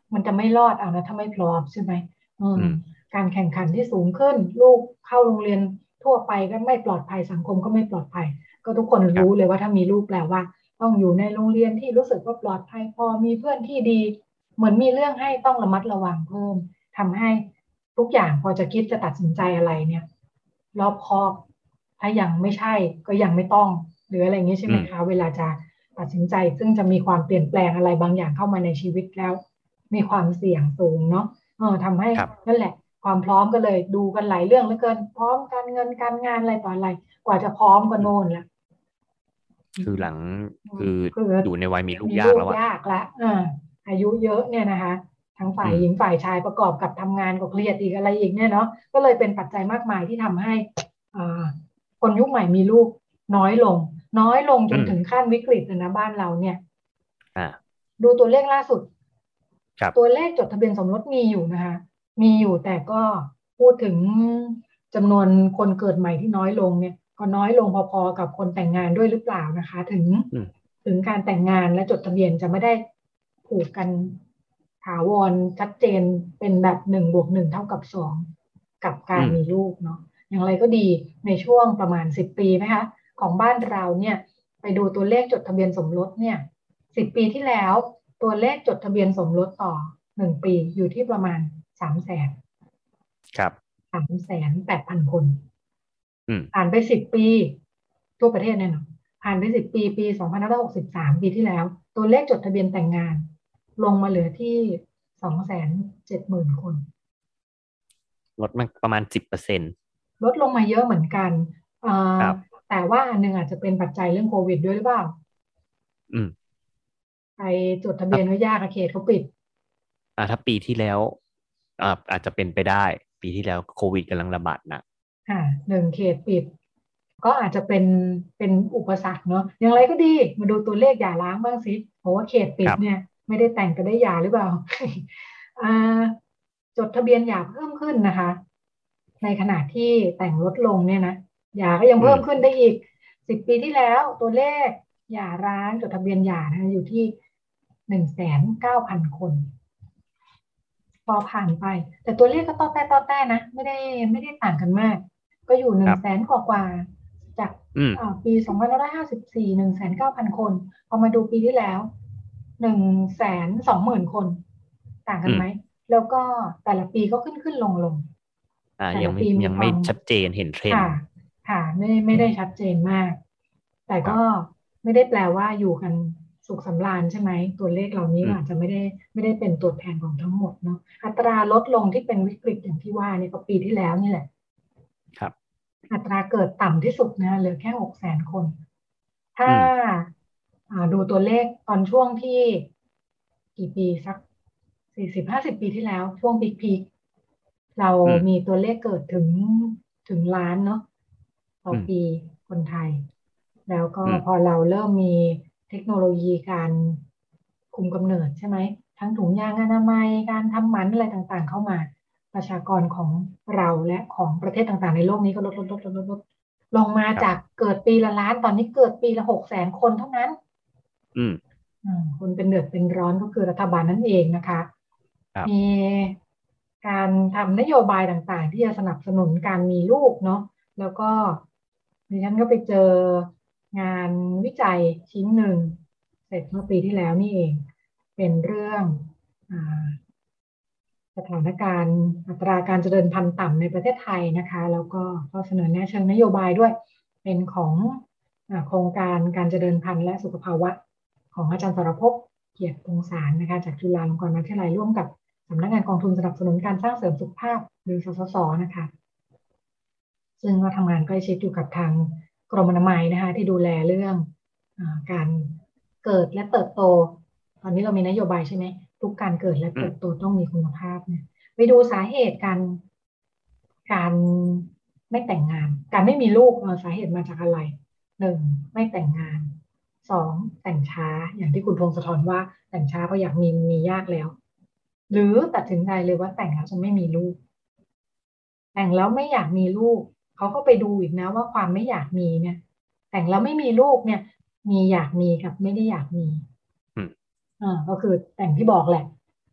B: มันจะไม่รอดเอานะถ้าไม่พร้อมใช่ไหมอืม
C: อืม
B: การแข่งขันที่สูงขึ้นลูกเข้าโรงเรียนทั่วไปก็ไม่ปลอดภัยสังคมก็ไม่ปลอดภัยก็ทุกคนรู้เล
C: ครับ
B: ยว่าถ้ามีลูกแล้วว่าต้องอยู่ในโรงเรียนที่รู้สึกว่าปลอดภัยพอมีเพื่อนที่ดีเหมือนมีเรื่องให้ต้องระมัดระวังเพิ่มทำให้ทุกอย่างพอจะคิดจะตัดสินใจอะไรเนี่ยรอบคอบถ้ายังไม่ใช่ก็ยังไม่ต้องหรืออะไรอย่างนี้ใช่
C: อืม
B: ไหมคะเวลาจะตัดสินใจซึ่งจะมีความเปลี่ยนแปลงอะไรบางอย่างเข้ามาในชีวิตแล้วมีความเสี่ยงสูงเนาะเออทำให้
C: ครับ
B: นั่นแหละความพร้อมก็เลยดูกันหลายเรื่องเหลือเกินพร้อมการเงินการงานอะไรต่ออะไรกว่าจะพร้อมก็
C: อืม
B: โน่นละ
C: คือหลัง
B: อืม
C: คือ
B: คือ
C: อยู่ในวัยมีลูก
B: มีลูก
C: ยากแล้วอะ
B: ยากละอ่าอายุเยอะเนี่ยนะคะทั้งฝ่าย
C: อืม
B: หญิงฝ่ายชายประกอบกับทำงานก็เครียดอีกอะไรอีกเนี่ยเนาะก็เลยเป็นปัจจัยมากมายที่ทำให้อ่าคนยุคใหม่มีลูกน้อยลงน้อยลงจ
C: อืม
B: นถึงขั้นวิกฤตเลยนะบ้านเราเนี่ย
C: อ่า
B: ดูตัวเลขล่าสุดตัว
C: ครับ
B: เลขจดทะเบียนสมรสมีอยู่นะคะมีอยู่แต่ก็พูดถึงจำนวนคนเกิดใหม่ที่น้อยลงเนี่ยก็น้อยลงพอๆกับคนแต่งงานด้วยหรือเปล่านะคะถึง
C: อืม
B: ถึงการแต่งงานและจดทะเบียนจะไม่ได้ผูกกันถาวรชัดเจนเป็นแบบหนึ่งบวกหนึ่งเท่ากับสองกับกา
C: อืม
B: รมีลูกเนาะอย่างไรก็ดีในช่วงประมาณสิบปีนะคะของบ้านเราเนี่ยไปดูตัวเลขจดทะเบียนสมรสเนี่ยสิบปีที่แล้วตัวเลขจดทะเบียนสมรสต่อหนึ่งปีอยู่ที่ประมาณสามแสน
C: ครับ
B: สามแสนแปดพันคน
C: อืม
B: ผ่านไปสิบปีทั่วประเทศเนี่ยเนาะ ผ่านไปสิบปีปีสองพันห้าร้อยหกสิบสามปีที่แล้วตัวเลขจดทะเบียนแต่งงานลงมาเหลือที่สองแสนเจ็ดหมื่นคน
C: ลดมันประมาณสิบเปอร์เซ็นต์
B: ลดลงมาเยอะเหมือนกันเอ่อ
C: ครับ
B: แต่ว่าอันหนึงอาจจะเป็นปัจจัยเรื่องโควิดด้วยหรือเปล่า
C: อืม
B: ไปจดทะเบี
C: ถ้า
B: ยนก็ยากอะเขตเขาปิด
C: อ่าถ้าปีที่แล้วอ่าอาจจะเป็นไปได้ปีที่แล้วโควิดกำลังระบาดหนัก
B: ค่ะหนึ่งเขตปิดก็อาจจะเป็นเป็นอุปสรรคเนาะอย่างไรก็ดีมาดูตัวเลขหย่าร้างบ้างสิเพราะว่าเขตปิ
C: ครับ
B: ดเนี่ยไม่ได้แต่งก็ได้หย่าหรือเปล่าอ่าจดทะเบียนหย่าเพิ่มขึ้นนะคะ ในขณะที่แต่งลดลงเนี่ยนะหย่าก็ยัง
C: อืม
B: เพิ่มขึ้นได้อีกสิบปีที่แล้วตัวเลขหย่าร้างจดทะเบียนหย่านะอยู่ที่หนึ่งแสนเก้าพันคนพอผ่านไปแต่ตัวเลขก็ต้อแต้ต้อแต้นะไม่ได้ไม่ได้ต่างกันมากก็อยู่ห
C: ค
B: นึ่งแส
C: รับ
B: นกว่ากว่าจาก
C: อืม
B: อ่าปีสองพันห้าร้อยห้าสิบสี่หนึ่งแสนเก้าพันคนพอมาดูปีที่แล้วหนึ่งแสนสองหมื่นคนต่างกันไหม
C: อืม
B: แล้วก็แต่ละปีก็ขึ้นขึ้นลงลง
C: อ่ายังไม่
B: แต่ละปีมี
C: ยังไม่
B: ความ
C: ชัดเจนเห็นเทรน
B: ค่ะ
C: ด์
B: ค่ะไม่ไม่ได้ชัดเจนมาก แต่ก็
C: ครับ
B: ไม่ได้แปลว่าอยู่กันสุขสำราญใช่ไหม ตัวเลขเหล่านี้
C: อืม
B: อาจจะไม่ได้ไม่ได้เป็นตัวแทนของทั้งหมดเนาะอัตราลดลงที่เป็นวิกฤตอย่างที่ว่านี่ก็ปีที่แล้วนี่แหละ
C: ครับ
B: อัตราเกิดต่ำที่สุดนะเหลือแค่หกแสนคน ถ้า
C: อืม
B: อ่าดูตัวเลขตอนช่วงที่กี่ปีสักสี่สิบห้าสิบปีที่แล้วช่วงพีคพีคเรา
C: อืม
B: มีตัวเลขเกิดถึงถึงล้านเนาะต่อ
C: อืม
B: ปีคนไทยแล้วก็
C: อืม
B: พอเราเริ่มมีเทคโนโลยีการคุมกำเนิดใช่ไหมทั้งถุงยางอนามัยการทำหมันอะไรต่างๆเข้ามาประชากรของเราและของประเทศต่างๆในโลกนี้ก็ลดลดลดลดลดลด ลงมาจาก
C: ครับ
B: เกิดปีละล้านตอนนี้เกิดปีละหกแสนคนเท่านั้น
C: อืม
B: อืมคนเป็นเดือดเป็นร้อนก็คือรัฐบาลนั่นเองนะคะมี
C: ครับ
B: การทำนโยบายต่างๆที่จะสนับสนุนการมีลูกเนาะแล้วก็ดิฉันก็ไปเจองานวิจัยชิ้นหนึ่งเสร็จเมื่อปีที่แล้วนี่เองเป็นเรื่องอ่า สถานการณ์อัตราการเจริญพันธุ์ต่ำในประเทศไทยนะคะแล้วก็ข้อเสนอแนะเชิงนโยบายด้วยเป็นของอ่าโครงการการเจริญพันธุ์และสุขภาวะของอาจารย์สรภพเกียรติพงษารนะคะจากจุฬาลงกรณ์มหาวิทยาลัยร่วมกับสำนักงานกองทุนสนับสนุนการสร้างเสริมสุขภาพหรือสสสนะคะซึ่งก็ทำงานใกล้ชิดอยู่กับทางกรมอนามัยนะคะที่ดูแลเรื่องอาการเกิดและเติบโตตอนนี้เรามีนโยบายใช่ไหมทุกการเกิดและ
C: อืม
B: เติบโตต้องมีคุณภาพเนี่ย ไปดูสาเหตุการการไม่แต่งงานการไม่มีลูกสาเหตุมาจากอะไรหนึ่งไม่แต่งงานสองแต่งช้าอย่างที่คุณพงศธรว่าแต่งช้าเพราะอยากมีมียากแล้วหรือตัดสินใจเลยว่าแต่งแล้วจะไม่มีลูกแต่งแล้วไม่อยากมีลูกเขาก็ไปดูอีกนะว่าความไม่อยากมีเนี่ยแต่งแล้วไม่มีลูกเนี่ยมีอยากมีกับไม่ได้อยากมี
C: อืม
B: อ่าก็คือแต่งที่บอกแหละ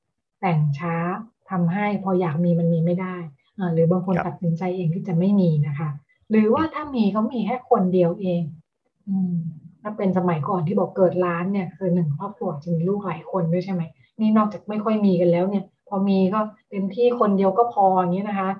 B: แต่งช้าทำให้พออยากมีมันมีไม่ได้อ่าหรือบางคนตัดสินใจเองที่จะไม่มีนะคะหรือว่าถ้ามีเขามีแค่คนเดียวเองอืมถ้าเป็นสมัยก่อนที่บอกเกิดล้านเนี่ยคือหนึ่งครอบครัวจะมีลูกหลายคนด้วยใช่ไหมนี่นอกจากไม่ค่อยมีกันแล้วเนี่ยพอมีก็เต็มที่คนเดียวก็พออย่างนี้นะคะ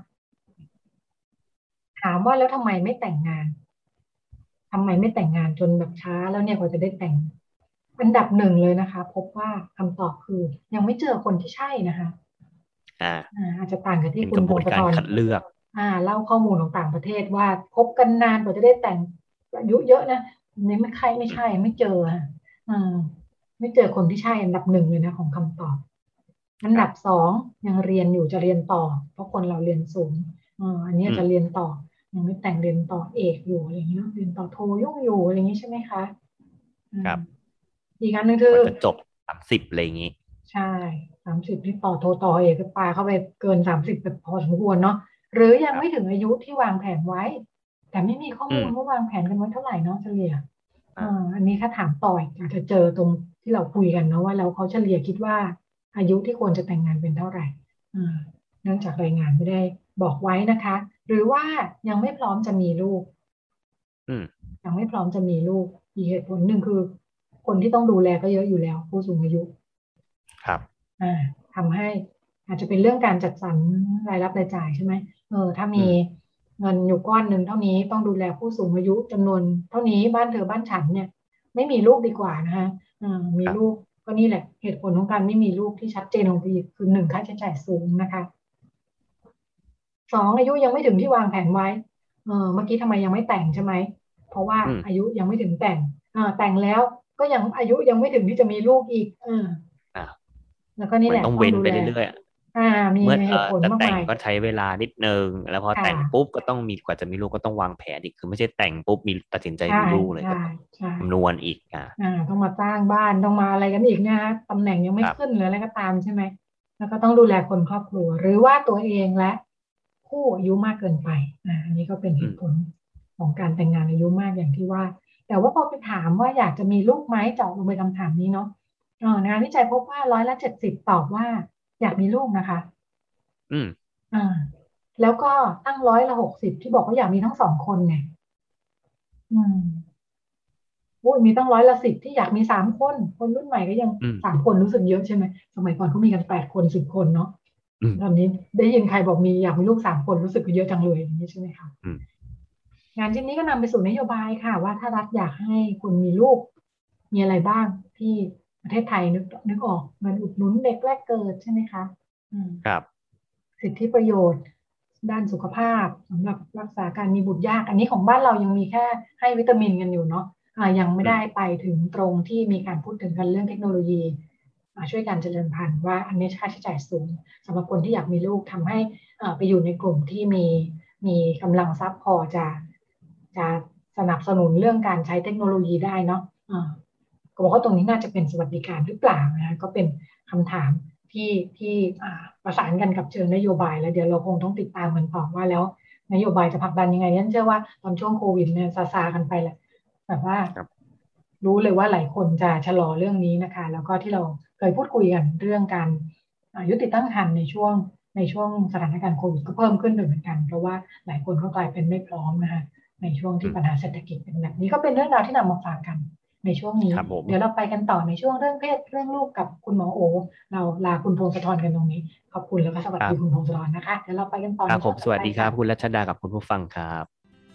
B: ถามว่าแล้วทำไมไม่แต่งงานทำไมไม่แต่งงานจนแบบช้าแล้วเนี่ยกว่าจะได้แต่งอันดับหนึ่งเลยนะคะพบว่าคำตอบคือยังไม่เจอคนที่ใช่นะคะ
C: อ่า
B: อ่าอาจจะต่างกับที่
C: เป็น
B: คุ
C: กระบวนการ
B: ณพงศธร
C: คัดเลือก
B: อ่าเล่าข้อมูลของต่างประเทศว่าคบกันนานกว่าจะได้แต่งอายุเยอะนะอันนี้ไม่ใช่ไม่ใช่ไม่เจอค่ะอ่าไม่เจอคนที่ใช่อันดับหนึ่งเลยนะของคำตอบอันดับ
C: ครับ
B: สองยังเรียนอยู่จะเรียนต่อเพราะคนเราเรียนสูงอ่าอันนี้
C: อืม
B: จะเรียนต่อยังไม่แต่งเรียนต่อเอกอยู่อะไรอย่างเงี้ยเรียนต่อโทยุ่งอยู่อะไรอย่างนี้ใช่ไหมคะอืม
C: ครับ
B: อีกอันหนึ่งคือ
C: กว่าจะจบสามสิบอะไรอย่างงี้
B: ใช่สามสิบที่ต่อโทต่อเอกก็ปาเข้าไปเกินสามสิบแบบพอสมควรเนาะหรือยัง
C: ครับ
B: ไม่ถึงอายุที่วางแผนไว้ แต่ไม่มีข้อ
C: อืม
B: มูลว่าวางแผนกันไว้เท่าไหร่เนาะเฉลี่ยอ่า
C: อ่า
B: อันนี้ถ้าถามต่ออาจจะเจอตรงที่เราคุยกันเนาะว่าแล้วเขาเฉลี่ยคิดว่าอายุที่ควรจะแต่งงานเป็นเท่าไหร่อ่าเนื่องจากรายงานไม่ได้บอกไว้นะคะหรือว่ายังไม่พร้อมจะมีลูก
C: อืม
B: ยังไม่พร้อมจะมีลูกอีกเหตุผลหนึ่งคือคนที่ต้องดูแลก็เยอะอยู่แล้วผู้สูงอายุ
C: ครับ
B: อ่าทำให้อาจจะเป็นเรื่องการจัดสรรรายรับรายจ่ายใช่ไหมเออถ้ามี
C: อืม
B: เงินอยู่ก้อนหนึ่งเท่านี้ต้องดูแลผู้สูงอายุจำนวนเท่านี้บ้านเธอบ้านฉันเนี่ยไม่มีลูกดีกว่านะคะอ่ามี
C: ครับ
B: ลูกก็นี่แหละเหตุผลของการไม่มีลูกที่ชัดเจนของพี่คือหนึ่งค่าใช้จ่ายสูงนะคะสองอายุยังไม่ถึงที่วางแผนไว้เออเมื่อกี้ทำไมยังไม่แต่งใช่ไหมเพราะว่า
C: อืม
B: อายุยังไม่ถึงแต่งอ่าแต่งแล้วก็ยังอายุยังไม่ถึงที่จะมีลูกอีกเออ
C: อ่า
B: แล้วก็นี่แหละ
C: มันต้องเว้น
B: ต้องดูแล
C: ไปเรื่อย
B: อ่ามี
C: ๆเมื่อเอ่
B: เหตุผล
C: อจะแต่ง
B: มากมาย
C: ก็ใช้เวลานิดนึงแล้วพอ
B: ค่ะ
C: แต่งปุ๊บก็ต้องมีกว่าจะมีลูกก็ต้องวางแผนอีกคือไม่ใช่แต่งปุ๊บมีตัดสินใจ
B: ใช่
C: มีลูกเลย
B: ใช่
C: ก็ต้อง
B: ใช่
C: คำนวณอีกอ่า
B: อ่าต้องมาสร้างบ้านต้องมาอะไรกันอีกนะฮะตำแหน่งยัง
C: ค
B: ไม่
C: รับ
B: ขึ้นหรืออะไรก็ตามใช่ไหมแล้วก็ต้องดูแลคนครอบครัวหรือว่าตัวเองและคู่อายุมากเกินไปอ่าอันนี้ก็เป็นเห
C: อืม
B: ตุผลของการแต่งงานอายุมากอย่างที่ว่าแต่ว่าพอไปถามว่าอยากจะมีลูกไหมเจาะลงไปคำถามนี้เนาะเอองานวิจัยพบว่าร้อยละเจ็ดสิบตอบว่าอยากมีลูกนะคะ
C: อืม
B: อ่าแล้วก็ตั้งร้อยละหกสิบที่บอกว่าอยากมีทั้งสองคนไงอืม โอ้ยมีตั้งร้อยละสิบที่อยากมีสามคนคนรุ่นใหม่ก็ยัง
C: อืม
B: สามคนรู้สึกเยอะใช่ไหมสมัยก่อนเขามีกันแปดคนสิบคนเนาะ
C: อืม
B: ตอนนี้ได้ยินใครบอกมีอยากมีลูกสามคนรู้สึกเยอะจังเลยอย่างนี้ใช่ไหมคะ
C: อืม
B: งานชิ้นนี้ก็นำไปสู่นโยบายค่ะว่าถ้ารัฐอยากให้คุณมีลูกมีอะไรบ้างที่ประเทศไทยนึกนึกออกเงินอุดหนุนเด็กแรกเกิดใช่ไหมคะอืม
C: ครับ
B: สิทธิประโยชน์ด้านสุขภาพสำหรับรักษาการมีบุตรยากอันนี้ของบ้านเรายังมีแค่ให้วิตามินกันอยู่เนาะอ่ายังไม่
C: อืม
B: ได้ไปถึงตรงที่มีการพูดถึงกันเรื่องเทคโนโลยีอ่าช่วยการเจริญพันธุ์ว่าอันนี้ค่าใช้จ่ายสูงสำหรับคนที่อยากมีลูกทำให้อ่าไปอยู่ในกลุ่มที่มีมีกำลังทรัพย์พอจะจะสนับสนุนเรื่องการใช้เทคโนโลยีได้เนาะอ่าก็บอกว่าตรงนี้น่าจะเป็นสวัสดิการหรือเปล่านะก็เป็นคำถาม ที่ที่ประสานกันกับเชิงนโยบายแล้วเดี๋ยวเราคงต้องติดตามกันต่อว่าแล้วนโยบายจะผลักดันยังไงฉันเชื่อว่าตอนช่วงโควิดเนี่ยซาซากันไปแหละแบบว่า
C: ครับ
B: รู้เลยว่าหลายคนจะชะลอเรื่องนี้นะคะแล้วก็ที่เราเคยพูดคุยกันเรื่องการยุติตั้งครรภ์ในช่วงในช่วงสถานการณ์โควิดก็เพิ่มขึ้นด้วยเหมือนกันเพราะว่าหลายคนก็กลายเป็นไม่พร้อมนะคะในช่วง
C: อื
B: ที่ปัญหา
C: ม
B: เศรษฐกิจเป็นแบบนี้ก็เป็นเรื่องราวที่นำมาฝากกันในช่วงนี้
C: ครับผม
B: เดี๋ยวเราไปกันต่อในช่วงเรื่องเพศเรื่องลูกกับคุณหมอโอ เราลาคุณพงศธรกันตรงนี้ขอบคุณแล้วก็สวัสดีคุณ
C: ครับ
B: พงศธรนะคะเดี๋ยวเราไปกันต่อ
C: ครับผ
B: ในช่วงต่อไป
C: มสวัสดีครับคุณ
B: ค่ะ
C: รัชดากับคุณผู้ฟังครับ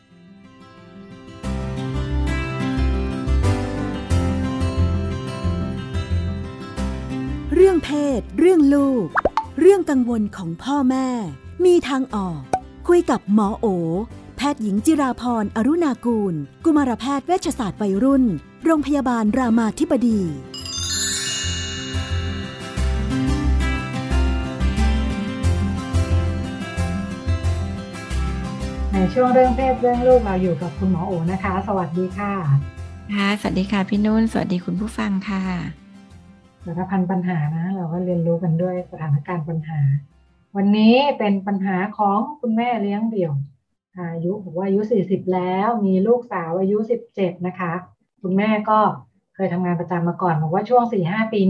D: เรื่องเพศเรื่องลูกเรื่องกังวลของพ่อแม่มีทางออกคุยกับหมอโอแพทย์หญิงจิราพรอรุณากูลกุมารแพทย์เวชศาสตร์วัยรุ่นโรงพยาบาลรามาธิบดี
B: ในช่วงเรื่องเพศเรื่องลูกเราอยู่กับคุณหมอโอนะคะสวัสดีค่ะ
E: ค่ะสวัสดีค่ะพี่นุ่นสวัสดีคุณผู้ฟังค่ะ
B: สารพันปัญหานะเราก็เรียนรู้กันด้วยสถานการณ์ปัญหาวันนี้เป็นปัญหาของคุณแม่เลี้ยงเดี่ยวอายุบอกว่าอายุสี่สิบแล้วมีลูกสาวอายุสิบเจ็ดนะคะคุณแม่ก็เคยทำงานประจำมาก่อนบอกว่าช่วงสี่ห้าปีนี้พ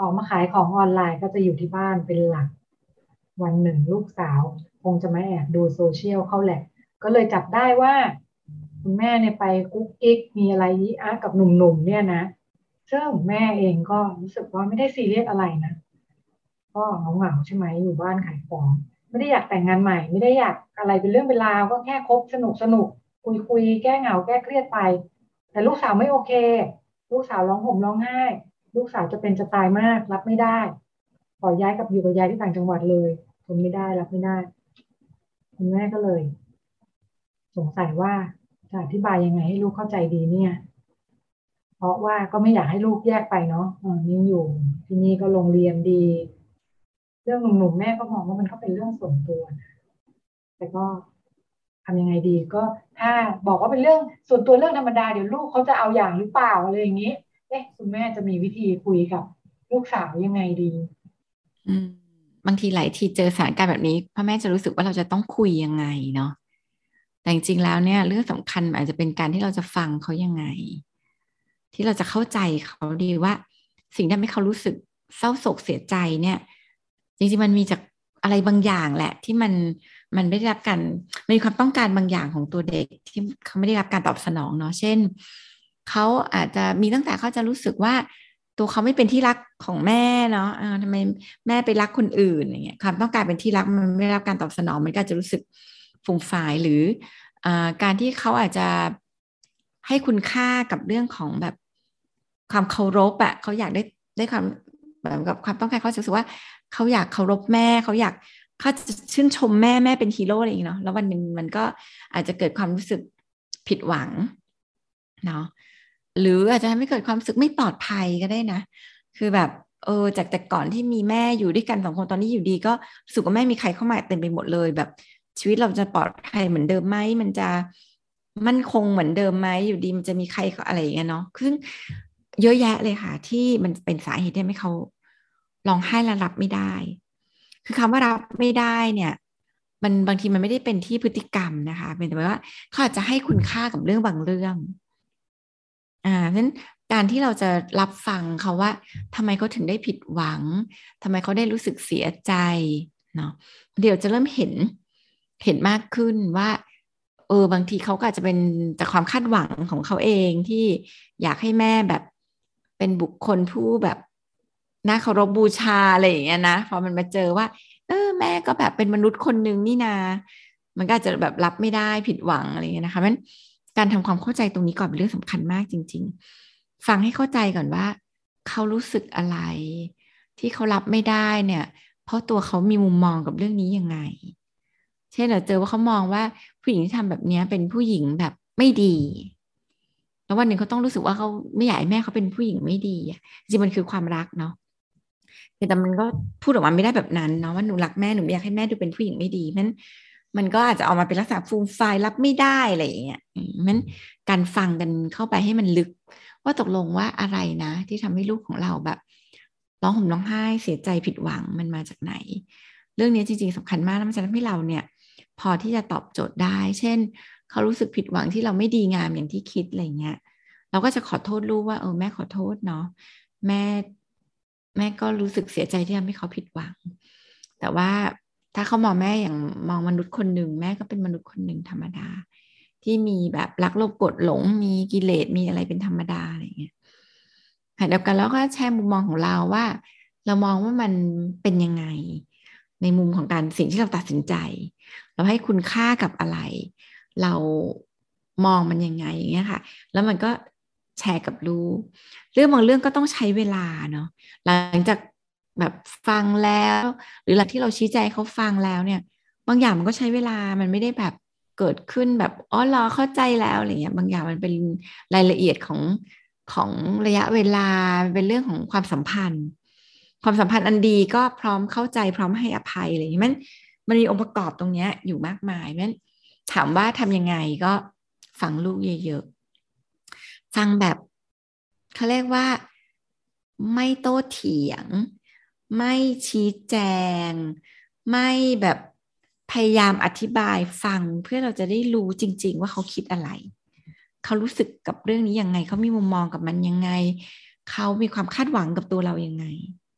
B: ออกมาขายของออนไลน์ก็จะอยู่ที่บ้านเป็นหลักวันหนึ่งลูกสาวคงจะมาแอบดูโซเชียลเข้าแหละก็เลยจับได้ว่าคุณแม่เนี่ยไปกุ๊กกิ๊กมีอะไรยี่อากับหนุ่มๆเนี่ยนะซึ่งแม่เองก็รู้สึกว่าไม่ได้ซีเรียสอะไรนะก็เหงาๆใช่ไหมอยู่บ้านขายของไม่ได้อยากแต่งงานใหม่ไม่ได้อยากอะไรเป็นเรื่องเป็นราวก็แค่คบสนุกสนุกคุยคุยแก้เหงาแก้เครียดไปแต่ลูกสาวไม่โอเคลูกสาวร้องห่มร้องไห้ลูกสาวจะเป็นจะตายมากรับไม่ได้ขอย้ายกับอยู่กับยายที่ต่างจังหวัดเลยทนไม่ได้รับไม่ได้คุณแม่ก็เลยสงสัยว่าจะอธิบายยังไงให้ลูกเข้าใจดีเนี่ยเพราะว่าก็ไม่อยากให้ลูกแยกไปเนาะยังอยู่ที่นี่ก็โรงเรียนดีเรื่องหนุ่มๆแม่ก็มองว่ามันก็เป็นเรื่องส่วนตัวนะแต่ก็ทำยังไงดีก็ถ้าบอกว่าเป็นเรื่องส่วนตัวเรื่องธรรมดาเดี๋ยวลูกเขาจะเอาอย่างหรือเปล่าอะไรอย่างนี้เอ๊ะคุณแม่จะมีวิธีคุยกับลูกสาวยังไงดี
E: อืมบางทีหลายทีเจอสถานการณ์แบบนี้พ่อแม่จะรู้สึกว่าเราจะต้องคุยยังไงเนาะแต่จริงๆแล้วเนี่ยเรื่องสำคัญอาจจะเป็นการที่เราจะฟังเขายังไงที่เราจะเข้าใจเขาดีว่าสิ่งที่ทำให้เขารู้สึกเศร้าโศกเสียใจเนี่ยจริงๆมันมีจากอะไรบางอย่างแหละที่มันมันไม่ได้รับการมีความต้องการบางอย่างของตัวเด็กที่เขาไม่ได้รับการตอบสนองเนาะเช่นเขาอาจจะมีตั้งแต่เขาจะรู้สึกว่าตัวเขาไม่เป็นที่รักของแม่เนาะอ่าทำไมแม่ไปรักคนอื่นอย่างเงี้ยความต้องการเป็นที่รักมันไม่ได้รับการตอบสนองมันก็จะรู้สึกฟูมฟายหรืออ่าการที่เขาอาจจะให้คุณค่ากับเรื่องของแบบความเคารพอะเขาอยากได้ได้ความแบบกับความต้องการเขารู้สึกว่าเขาอยากเคารพแม่เขาอยากเขาจะชื่นชมแม่แม่เป็นฮีโร่อะไรอย่างเงี้ยเนาะแล้ววันหนึ่งมันก็อาจจะเกิดความรู้สึกผิดหวังเนาะหรืออาจจะทำให้เกิดความรู้สึกไม่ปลอดภัยก็ได้นะคือแบบเออจากแต่ก่อนที่มีแม่อยู่ด้วยกันสองคนตอนนี้อยู่ดีก็รู้สึกว่าแม่มีใครเข้ามาเต็มไปหมดเลยแบบชีวิตเราจะปลอดภัยเหมือนเดิมไหมมันจะมั่นคงเหมือนเดิมไหมอยู่ดีมันจะมีใครอะไรอย่างเงี้ยเนาะซึ่งเยอะแยะเลยค่ะที่มันเป็นสาเหตุที่ทำให้เขาร้องไห้และรับไม่ได้คือคำว่ารับไม่ได้เนี่ยมันบางทีมันไม่ได้เป็นที่พฤติกรรมนะคะเป็นแต่ว่าเขาอาจจะให้คุณค่ากับเรื่องบางเรื่องอ่าเพราะฉะนั้นการที่เราจะรับฟังเขาว่าทำไมเขาถึงได้ผิดหวังทำไมเขาได้รู้สึกเสียใจเนาะเดี๋ยวจะเริ่มเห็นเห็นมากขึ้นว่าเออบางทีเขาก็อาจจะเป็นจากความคาดหวังของเขาเองที่อยากให้แม่แบบเป็นบุคคลผู้แบบน่าเคารพบูชาอะไรอย่างเงี้ยนะพอมันมาเจอว่าเออแม่ก็แบบเป็นมนุษย์คนหนึ่งนี่นามันก็อาจจะแบบรับไม่ได้ผิดหวังอะไรอย่างเงี้ยนะคะเพราะฉะนั้นการทำความเข้าใจตรงนี้ก่อนเป็นเรื่องสำคัญมากจริงๆฟังให้เข้าใจก่อนว่าเขารู้สึกอะไรที่เขารับไม่ได้เนี่ยเพราะตัวเขามีมุมมองกับเรื่องนี้ยังไงเช่นเราเจอว่าเขามองว่าผู้หญิงที่ทำแบบนี้เป็นผู้หญิงแบบไม่ดีแล้ววันหนึ่งเขาต้องรู้สึกว่าเขาไม่อยากให้แม่เขาเป็นผู้หญิงไม่ดีจริงมันคือความรักเนาะแต่มันก็พูดออกมาไม่ได้แบบนั้นเนาะว่าหนูรักแม่หนูไม่อยากให้แม่ดูเป็นผู้หญิงไม่ดีนั้นมันก็อาจจะออกมาเป็นลักษณะฟูมไฟล์รับไม่ได้อะไรอย่างเงี้ยนั้นการฟังกันเข้าไปให้มันลึกว่าตกลงว่าอะไรนะที่ทำให้ลูกของเราแบบร้องห่มร้องไห้เสียใจผิดหวังมันมาจากไหนเรื่องนี้จริงๆสำคัญมากแล้วมันจะทำให้เราเนี่ยพอที่จะตอบโจทย์ได้เช่นเขารู้สึกผิดหวังที่เราไม่ดีงามอย่างที่คิดอะไรเงี้ยเราก็จะขอโทษลูกว่าเออแม่ขอโทษเนาะแม่แม่ก็รู้สึกเสียใจที่ทำให้เขาผิดหวังแต่ว่าถ้าเขามองแม่อย่างมองมนุษย์คนหนึ่งแม่ก็เป็นมนุษย์คนหนึ่งธรรมดาที่มีแบบรักโลภโกรธหลงมีกิเลสมีอะไรเป็นธรรมดาอะไรเงี้ยเดียวกันแล้วก็แชร์มุมมองของเราว่าเรามองว่ามันเป็นยังไงในมุมของการสิ่งที่เราตัดสินใจเราให้คุณค่ากับอะไรเรามองมันยังไงอย่างเงี้ยค่ะแล้วมันก็แชร์กับลูกเรื่องบางเรื่องก็ต้องใช้เวลาเนาะหลังจากแบบฟังแล้วหรือหลังที่เราชี้แจงเขาฟังแล้วเนี่ยบางอย่างมันก็ใช้เวลามันไม่ได้แบบเกิดขึ้นแบบอ๋อรอเข้าใจแล้วอะไรเงี้ยบางอย่างมันเป็นรายละเอียดของของระยะเวลาเป็นเรื่องของความสัมพันธ์ความสัมพันธ์อันดีก็พร้อมเข้าใจพร้อมให้อภัยอะไรอย่างนี้มันมันมีองค์ประกอบตรงนี้อยู่มากมายมันถามว่าทำยังไงก็ฟังลูกเยอะๆฟังแบบเขาเรียกว่าไม่โต้เถียงไม่ชี้แจงไม่แบบพยายามอธิบายฟังเพื่อเราจะได้รู้จริงๆว่าเขาคิดอะไรเขารู้สึกกับเรื่องนี้ยังไงเขามีมุมมองกับมันยังไงเขามีความคาดหวังกับตัวเรายังไง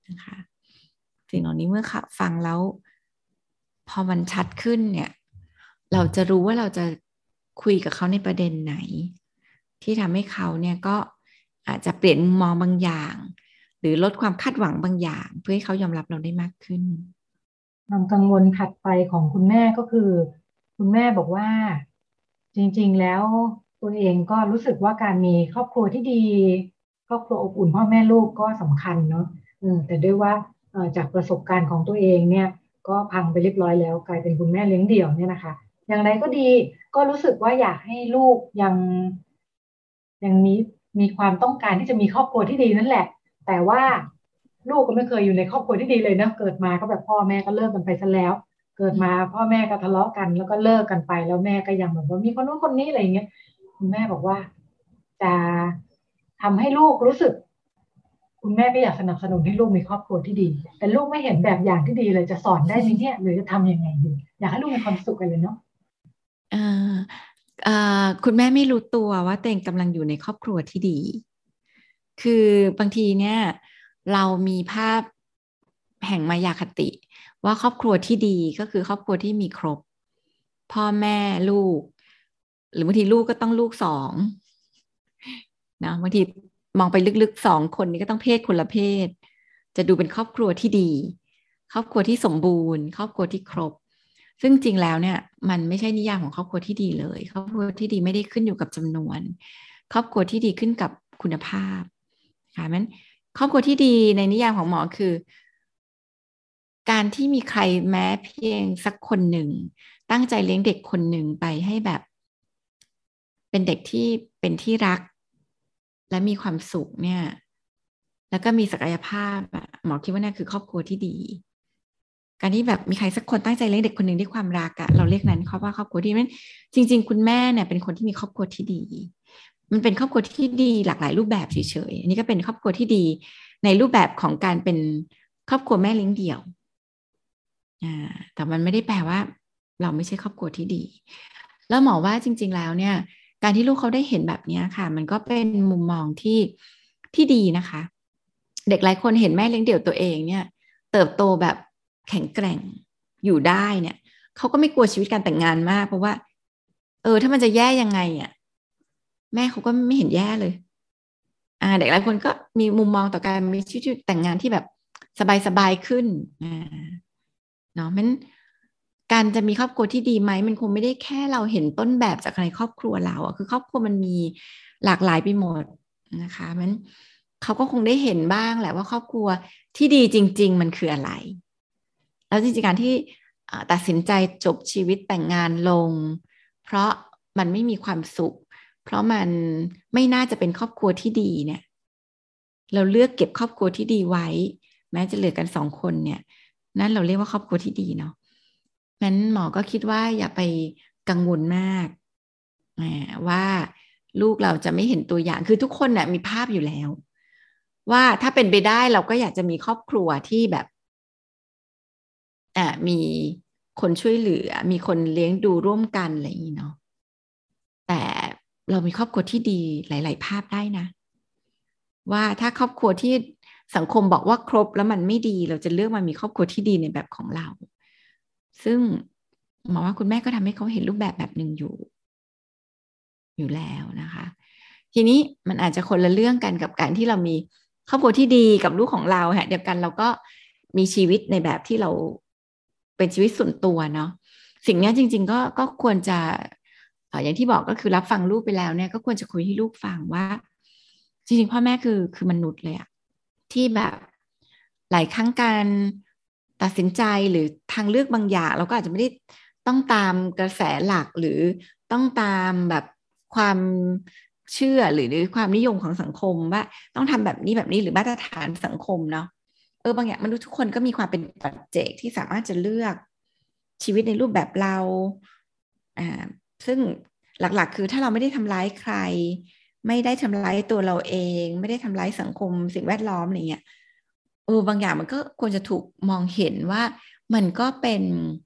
E: นะคะสิ่งเหล่านี้เมื่อฟังแล้วพอมันชัดขึ้นเนี่ยเราจะรู้ว่าเราจะคุยกับเขาในประเด็นไหนที่ทำให้เขาเนี่ยก็อาจจะเปลี่ยนมุมมองบางอย่างหรือลดความคาดหวังบางอย่างเพื่อให้เขายอมรับเราได้มากขึ้น
B: ความกังวลถัดไปของคุณแม่ก็คือคุณแม่บอกว่าจริงๆแล้วตัวเองก็รู้สึกว่าการมีครอบครัวที่ดีครอบครัวอบอุ่นพ่อแม่ลูกก็สำคัญเนาะแต่ด้วยว่าจากประสบการณ์ของตัวเองเนี่ยก็พังไปเรียบร้อยแล้วกลายเป็นคุณแม่เลี้ยงเดี่ยวเนี่ยนะคะอย่างไรก็ดีก็รู้สึกว่าอยากให้ลูกยังยังมีมีความต้องการที่จะมีครอบครัวที่ดีนั่นแหละแต่ว่าลูกก็ไม่เคยอยู่ในครอบครัวที่ดีเลยนะเกิดมาก็แบบพ่อแม่ก็เลิกกันไปซะแล้วเกิดมาพ่อแม่ก็ทะเลาะกันแล้วก็เลิกกันไปแล้วแม่ก็ยังแบบว่ามีคนนู้นคนนี้อะไรอย่างเงี้ยคุณแม่บอกว่าจะทำให้ลูกรู้สึกคุณแม่ก็อยากสนับสนุนให้ลูกมีครอบครัวที่ดีแต่ลูกไม่เห็นแบบอย่างที่ดีเลยจะสอนได้ไหมเนี่ยหรือจะทำยังไงดีอยากให้ลูกมีความสุขกันเลยเนาะ
E: อ่าอ่าคุณแม่ไม่รู้ตัวว่าตัวเองกำลังอยู่ในครอบครัวที่ดีคือบางทีเนี่ยเรามีภาพแห่งมายาคติว่าครอบครัวที่ดีก็คือครอบครัวที่มีครบพ่อแม่ลูกหรือบางทีลูกก็ต้องลูกสองนะบางทีมองไปลึกๆสองคนนี้ก็ต้องเพศคนละเพศจะดูเป็นครอบครัวที่ดีครอบครัวที่สมบูรณ์ครอบครัวที่ครบซึ่งจริงแล้วเนี่ยมันไม่ใช่นิยามของครอบครัวที่ดีเลยครอบครัวที่ดีไม่ได้ขึ้นอยู่กับจำนวนครอบครัวที่ดีขึ้นกับคุณภาพค่ะงั้นครอบครัวที่ดีในนิยามของหมอคือการที่มีใครแม้เพียงสักคนหนึ่งตั้งใจเลี้ยงเด็กคนหนึ่งไปให้แบบเป็นเด็กที่เป็นที่รักและมีความสุขเนี่ยแล้วก็มีศักยภาพอะหมอคิดว่านั่นคือครอบครัวที่ดีการที่แบบมีใครสักคนตั้งใจเลี้ยงเด็กคนหนึ่งด้วยความรักอะเราเรียกนั้นเขาว่าครอบครัวที่นั้นจริงๆคุณแม่เนี่ยเป็นคนที่มีครอบครัวที่ดีมันเป็นครอบครัวที่ดีหลากหลายรูปแบบเฉยๆอันนี้ก็เป็นครอบครัวที่ดีในรูปแบบของการเป็นครอบครัวแม่เลี้ยงเดี่ยวอ่าแต่มันไม่ได้แปลว่าเราไม่ใช่ครอบครัวที่ดีแล้วหมอว่าจริงๆแล้วเนี่ยการที่ลูกเขาได้เห็นแบบนี้ค่ะมันก็เป็นมุมมองที่ที่ดีนะคะเด็กหลายคนเห็นแม่เลี้ยงเดี่ยวตัวเองเนี่ยเติบโตแบบแข็งแกร่งอยู่ได้เนี่ยเขาก็ไม่กลัวชีวิตการแต่งงานมากเพราะว่าเออถ้ามันจะแย่ยังไงอ่ะแม่เขาก็ไม่เห็นแย่เลยอ่าเด็กหลายคนก็มีมุมมองต่อการมีชีวิตแต่งงานที่แบบสบายๆขึ้นอ่าเนาะมันการจะมีครอบครัวที่ดีไหมมันคงไม่ได้แค่เราเห็นต้นแบบจากในครอบครัวเราอ่ะคือครอบครัวมันมีหลากหลายไปหมดนะคะมันเขาก็คงได้เห็นบ้างแหละว่าครอบครัวที่ดีจริงๆมันคืออะไรแล้วจริงๆการที่ตัดสินใจจบชีวิตแต่งงานลงเพราะมันไม่มีความสุขเพราะมันไม่น่าจะเป็นครอบครัวที่ดีเนี่ยเราเลือกเก็บครอบครัวที่ดีไว้แม้จะเหลือกันสองคนเนี่ยนั่นเราเรียกว่าครอบครัวที่ดีเนาะงั้นหมอก็คิดว่าอย่าไปกังวลมากว่าลูกเราจะไม่เห็นตัวอย่างคือทุกคนน่ะมีภาพอยู่แล้วว่าถ้าเป็นไปได้เราก็อยากจะมีครอบครัวที่แบบอ่ามีคนช่วยเหลือมีคนเลี้ยงดูร่วมกันอะไรอย่างนี้เนาะแต่เรามีครอบครัวที่ดีหลายๆภาพได้นะว่าถ้าครอบครัวที่สังคมบอกว่าครบแล้วมันไม่ดีเราจะเลือกมามีครอบครัวที่ดีในแบบของเราซึ่งหมอว่าคุณแม่ก็ทำให้เขาเห็นรูปแบบแบบหนึ่งอยู่อยู่แล้วนะคะทีนี้มันอาจจะคนละเรื่องกันกับการที่เรามีครอบครัวที่ดีกับลูกของเราฮะเดียวกันเราก็มีชีวิตในแบบที่เราเป็นชีวิตส่วนตัวเนาะสิ่งนี้จริงๆก็ก็ควรจะอย่างที่บอกก็คือรับฟังลูกไปแล้วเนี่ยก็ควรจะคุยให้ลูกฟังว่าจริงๆพ่อแม่คือคือมนุษย์เลยอะที่แบบหลายครั้งการตัดสินใจหรือทางเลือกบางอย่างเราก็อาจจะไม่ได้ต้องตามกระแสหลักหรือต้องตามแบบความเชื่อหรือความนิยมของสังคมว่าต้องทำแบบนี้แบบนี้หรือมาตรฐานสังคมเนาะเออบางอย่างมนุษย์ทุกคนก็มีความเป็นปัจเจกที่สามารถจะเลือกชีวิตในรูปแบบเราอ่าซึ่งหลักๆคือถ้าเราไม่ได้ทำร้ายใครไม่ได้ทำร้ายตัวเราเองไม่ได้ทำร้ายสังคมสิ่งแวดล้อมอะไรเงี้ยเออบางอย่างมันก็ควรจะถูกมองเห็นว่ามันก็เป็น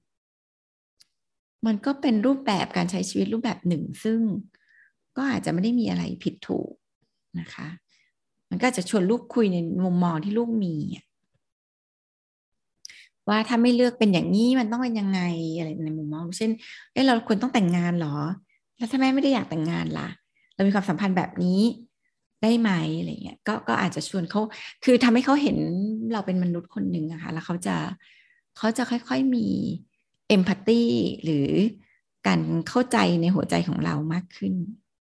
E: มันก็เป็นรูปแบบการใช้ชีวิตรูปแบบหนึ่งซึ่งก็อาจจะไม่ได้มีอะไรผิดถูกนะคะมันก็จะชวนลูกคุยในมุมมองที่ลูกมีว่าถ้าไม่เลือกเป็นอย่างนี้มันต้องเป็นยังไงอะไรในมุมมองเช่นเอ้เราควรต้องแต่งงานหรอแล้วถ้าแม่ไม่ได้อยากแต่งงานล่ะเรามีความสัมพันธ์แบบนี้ได้ไหมอะไรเงี้ยก็ก็อาจจะชวนเขาคือทำให้เขาเห็นเราเป็นมนุษย์คนหนึ่งอะค่ะแล้วเขาจะเขาจะค่อยๆมีเอมพัตตีหรือการเข้าใจในหัวใจของเรามากขึ้น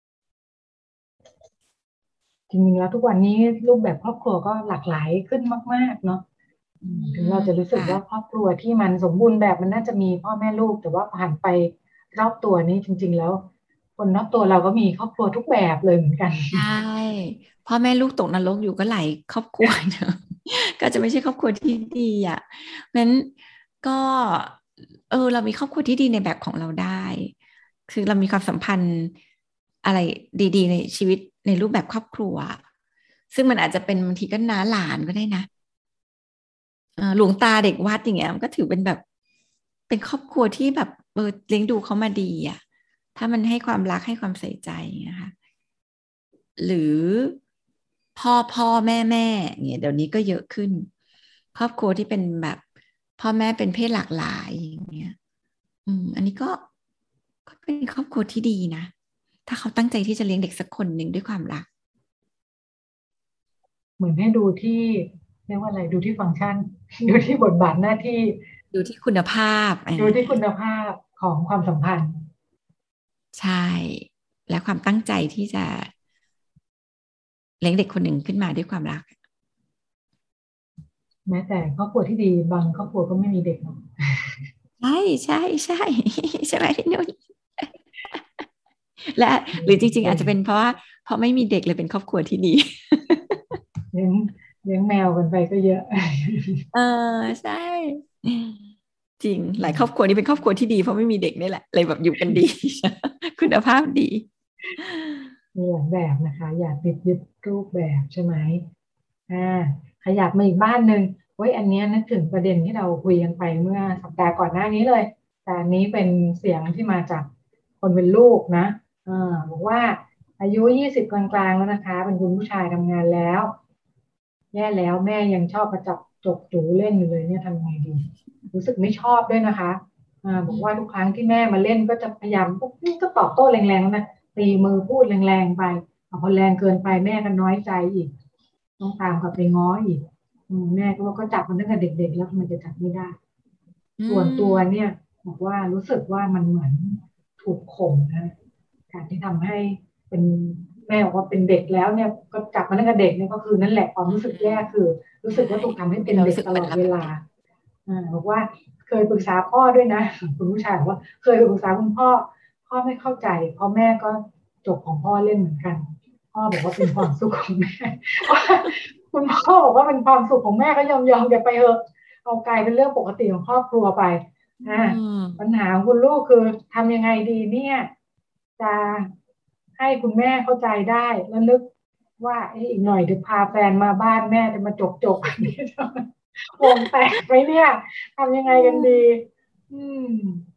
B: จริงๆแล้วทุกวันนี้รูปแบบครอบครัวก็หลากหลายขึ้นมากๆเนาะถึงเราจะรู้สึกว่าครอบครัวที่มันสมบูรณ์แบบมันน่าจะมีพ่อแม่ลูกแต่ว่าผ่านไปรอบตัวนี้จริงๆแล้วคนรอบตัวเราก็มีครอบครัวทุกแบบเลยเหมือนกัน
E: ใช่พ่อแม่ลูกตกนรกอยู่ก็หลายครอบครัวเนอะก็จะไม่ใช่ครอบครัวที่ดีอ่ะเพราะฉะนั้นก็เออเรามีครอบครัวที่ดีในแบบของเราได้คือเรามีความสัมพันธ์อะไรดีๆในชีวิตในรูปแบบครอบครัวซึ่งมันอาจจะเป็นบางทีก็น้าหลานก็ได้นะหลวงตาเด็กวัดอย่างเงี้ยมันก็ถือเป็นแบบเป็นครอบครัวที่แบบเออเลี้ยงดูเขามาดีอ่ะถ้ามันให้ความรักให้ความใส่ใจนะคะหรือพ่อพ่อแม่แม่เนี่ยเดี๋ยวนี้ก็เยอะขึ้นครอบครัวที่เป็นแบบพ่อแม่เป็นเพศหลากหลายอย่างเงี้ยอืมอันนี้ก็ก็เป็นครอบครัวที่ดีนะถ้าเขาตั้งใจที่จะเลี้ยงเด็กสักคนหนึ่งด้วยความรัก
B: เหมือนให้ดูที่เรียกว่าอะไรดูที่ฟังก์ชันดูที่บทบาทหน้าที่
E: ดูที่คุณภาพ
B: ดูที่คุณภาพของความสัมพันธ์
E: ใช่และความตั้งใจที่จะเลี้ยงเด็กคนหนึ่งขึ้นมาด้วยความรัก
B: แม้แต่ครอบครัวที่ดีบางครอบครัวก็ไม่มีเด็กเนาะ
E: ใช่ใช่ใช่ใช่ไหมพี่นุ้ยและหรือจริงๆอาจจะเป็นเพราะว่าเพราะไม่มีเด็กเลยเป็นครอบครัวที่ดี
B: เลี้ยงเลี้ยงแมวกันไปก็เยอะ
E: เออใช่จริงหลายครอบครัวนี้เป็นครอบครัวที่ดีเพราะไม่มีเด็กนี่แหละเลยแบบอยู่กันดีคุณภาพดี
B: มีหลายแบบนะคะ อยากติดยึดรูปแบบใช่ไหมอ่าขยับมาอีกบ้านหนึ่งเว้ยอันนี้นึกถึงประเด็นที่เราคุยกันไปเมื่อสัปดาห์ก่อนหน้านี้เลย แต่อันนี้เป็นเสียงที่มาจากคนเป็นลูกนะอ่าบอกว่าอายุยี่สิบกลางๆแล้วนะคะเป็นคุณผู้ชายทำงานแล้วแย่แล้วแม่ยังชอบมาจับจกจูเล่นอยู่เลยเนี่ยทำไงดีรู้สึกไม่ชอบด้วยนะคะอ่าบอกว่าทุกครั้งที่แม่มาเล่นก็จะพยายามก็ตอบโต้แรงๆนะตีมือพูดแรงๆไปพอแรงเกินไปแม่ก็น้อยใจอีกต้องตามกลับไปง้ออีกแม่ก็ว่าก็จับมันตั้งแต่เด็กๆแล้วทำไมจะจับไม่ได้ส่วนตัวเนี่ยบอกว่ารู้สึกว่ามันเหมือนถูกข่มนะการที่ทำให้เป็นแม่บอกว่าเป็นเด็กแล้วเนี่ยก็จับมันตั้งแต่เด็กเนี่ยก็คือนั่นแหละความรู้สึกแย่คือรู้สึกว่าถูกทำให้เป็นเด็กตลอดเวลาอ่าบอกว่าเคยปรึกษาพ่อด้วยนะคุณผู้ชายบอกว่าเคยปรึกษาคุณพ่อพ่อไม่เข้าใจเพราะแม่ก็จบของพ่อเล่นเหมือนกันพ่อบอกว่าเป็นความสุขของแม่คุณพ่อบอกว่าเป็นความสุขของแม่ก็ยอมยอมแกไปเถอะเอากลายเป็นเรื่องปกติของครอบครัวไปอ่าปัญหาของคุณลูกคือทำยังไงดีเนี่ยจะให้คุณแม่เข้าใจได้แล้วนึกว่าอีกหน่อยเดี๋ยวพาแฟนมาบ้านแม่จะมาจกจกนี่วงแตกไหมเนี่ยทำยังไงกันดีอืม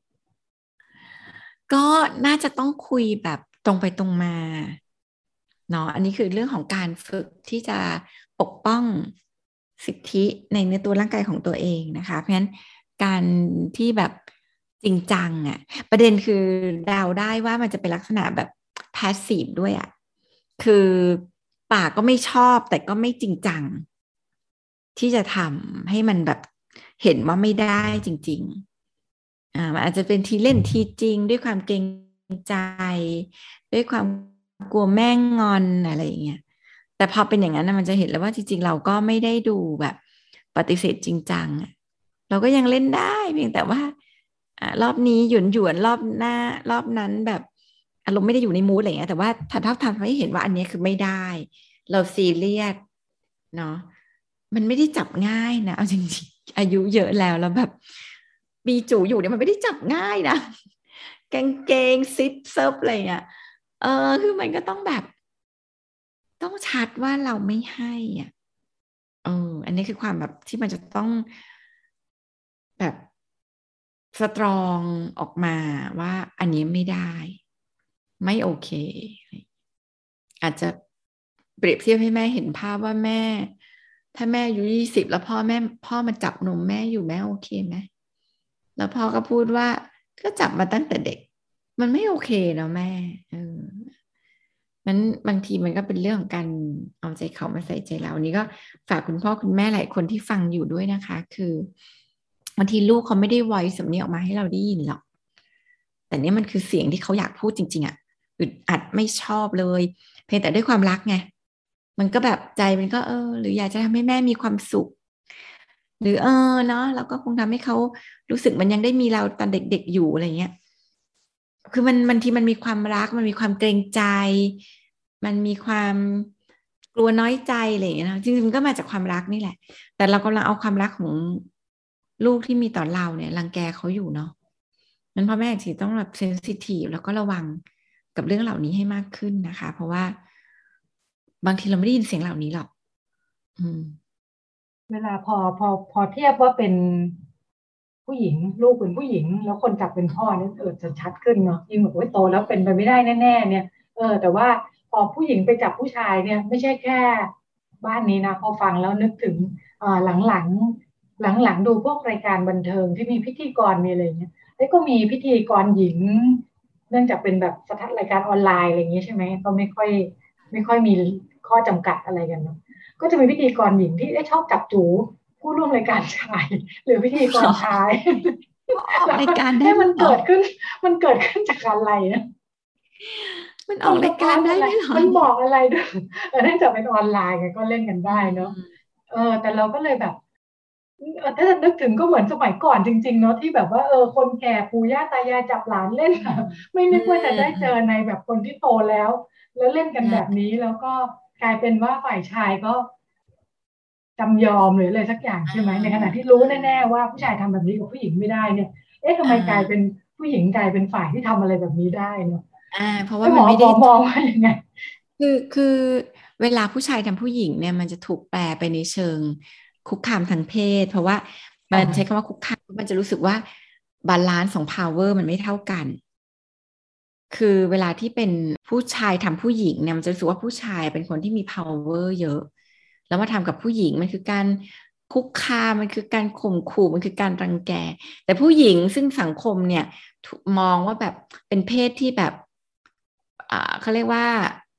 E: ก็น่าจะต้องคุยแบบตรงไปตรงมาเนาะอันนี้คือเรื่องของการฝึกที่จะปกป้องสิทธิในเนื้อตัวร่างกายของตัวเองนะคะเพราะฉะนั้นการที่แบบจริงจังอ่ะประเด็นคือเดาได้ว่ามันจะเป็นลักษณะแบบพาสซีฟด้วยอ่ะคือปากก็ไม่ชอบแต่ก็ไม่จริงจังที่จะทำให้มันแบบเห็นว่าไม่ได้จริงๆอ่ามันอาจจะเป็นทีเล่นทีจริงด้วยความเกรงใจด้วยความกลัวแม่งอนอะไรอย่างเงี้ยแต่พอเป็นอย่างนั้นนะมันจะเห็นแล้วว่าจริงๆเราก็ไม่ได้ดูแบบปฏิเสธจริงจังเราก็ยังเล่นได้เพียงแต่ว่ารอบนี้หยวนหยวนรอบหน้ารอบนั้นแบบอารมณ์ไม่ได้อยู่ในมูดอะไรเงี้ยแต่ว่าถ้าเท่าทำให้เห็นว่าอันนี้คือไม่ได้เราซีเรียสเนาะมันไม่ได้จับง่ายนะเอาจริงๆอายุเยอะแล้วแล้วแบบมีจูอยู่เนี่ยมันไม่ได้จับง่ายนะกางเกงซิปเซิร์ฟอะไรเงี้ยเออคือมันก็ต้องแบบต้องชัดว่าเราไม่ให้อ่ะเอออันนี้คือความแบบที่มันจะต้องแบบสตรองออกมาว่าอันนี้ไม่ได้ไม่โอเคอาจจะเปรียบเทียบให้แม่เห็นภาพว่าแม่ถ้าแม่อายุยี่สิบแล้วพ่อแม่พ่อมาจับนมแม่อยู่แม่โอเคไหมแล้วพ่อก็พูดว่าก็จับมาตั้งแต่เด็กมันไม่โอเคเนาะแม่เออนั้นบางทีมันก็เป็นเรื่องของการเอาใจเขามาใส่ใจเรานี่ก็ฝากคุณพ่อคุณแม่หลายคนที่ฟังอยู่ด้วยนะคะคือบางทีลูกเขาไม่ได้ไวสำเนียงออกมาให้เราได้ยินหรอกแต่นี่มันคือเสียงที่เขาอยากพูดจริงๆอ่ะอึดอัดไม่ชอบเลยเพียงแต่ด้วยความรักไงมันก็แบบใจมันก็เออหรืออยากจะทำให้แม่มีความสุขหรือเออเนาะเราก็คงทำให้เขารู้สึกมันยังได้มีเราตอนเด็กๆอยู่อะไรเงี้ยคือมันบางทีมันมีความรักมันมีความเกรงใจมันมีความกลัวน้อยใจอะไรอย่างเงี้ยนะจริงๆมันก็มาจากความรักนี่แหละแต่เรากำลังเอาความรักของลูกที่มีต่อเราเนี่ยรังแกเขาอยู่เนาะนั้นพ่อแม่จริงต้องแบบเซนซิทีฟแล้วก็ระวังกับเรื่องเหล่านี้ให้มากขึ้นนะคะเพราะว่าบางทีเราไม่ได้ยินเสียงเหล่านี้หรอกอืม
B: เวลาพอพอพอเทียบว่าเป็นผู้หญิงลูกเป็นผู้หญิงแล้วคนจับเป็นพ่อเนี่ยเออจะชัดขึ้นเนาะยิ่งแบบว่าโตแล้วเป็นไปไม่ได้แน่ๆเนี่ยเออแต่ว่าพอผู้หญิงไปจับผู้ชายเนี่ยไม่ใช่แค่บ้านนี้นะพอฟังแล้วนึกถึงเอ่อหลังๆหลังๆดูพวกรายการบันเทิงที่มีพิธีกรมีอะไรเงี้ยแล้วก็มีพิธีกรหญิงเนื่องจากเป็นแบบสถานรายการออนไลน์อะไรอย่างนี้ใช่ไหมก็ไม่ค่อยไม่ค่อยมีข้อจำกัดอะไรกันเนาะก็จะมีพิธีกรหญิงที่ชอบจับจูผู้ร่วมรายการชายหรือพิธีกรชาย
E: ออกรายการได้
B: มันเกิดขึ้นมันเกิดขึ้นจากอะไรนะ
E: มันออกรายการได้ไหมหรอ
B: มันบอกอะไรด้วยเนื่องจากเป็นออนไลน์ไงก็เล่นกันได้เนาะเออแต่เราก็เลยแบบถ้าจะนึกถึงก็เหมือนสมัยก่อนจริงๆเนาะที่แบบว่าเออคนแก่ปู่ย่าตายายจับหลานเล่นไม่นึกว่าจะได้เจอในแบบคนที่โตแล้วแล้วเล่นกันแบบนี้แล้วก็กลายเป็นว่าฝ่ายชายก็จำยอมหรืออะไรสักอย่างใช่ไหมในขณะที่รู้แน่ๆว่าผู้ชายทำแบบนี้กับผู้หญิงไม่ได้เนี่ยเอ๊ะทำไมกลายเป็นผู้หญิงกลายเป็นฝ่ายที่ทำอะไรแบบนี้ได้เนาะ
E: อ่าเพราะว่ามันไม่ได้
B: มองว่ายังไง
E: คือคือเวลาผู้ชายทำผู้หญิงเนี่ยมันจะถูกแปลไปในเชิงคุกคามทางเพศเพราะว่ามันใช้คำว่าคุกคามมันจะรู้สึกว่าบาลานซ์ของ power มันไม่เท่ากันคือเวลาที่เป็นผู้ชายทำผู้หญิงเนี่ยมันจะรู้สึกว่าผู้ชายเป็นคนที่มี power เยอะแล้วมาทำกับผู้หญิงมันคือการคุกคามมันคือการข่มขู่มันคือการรังแกแต่ผู้หญิงซึ่งสังคมเนี่ยมองว่าแบบเป็นเพศที่แบบอ่าเขาเรียกว่า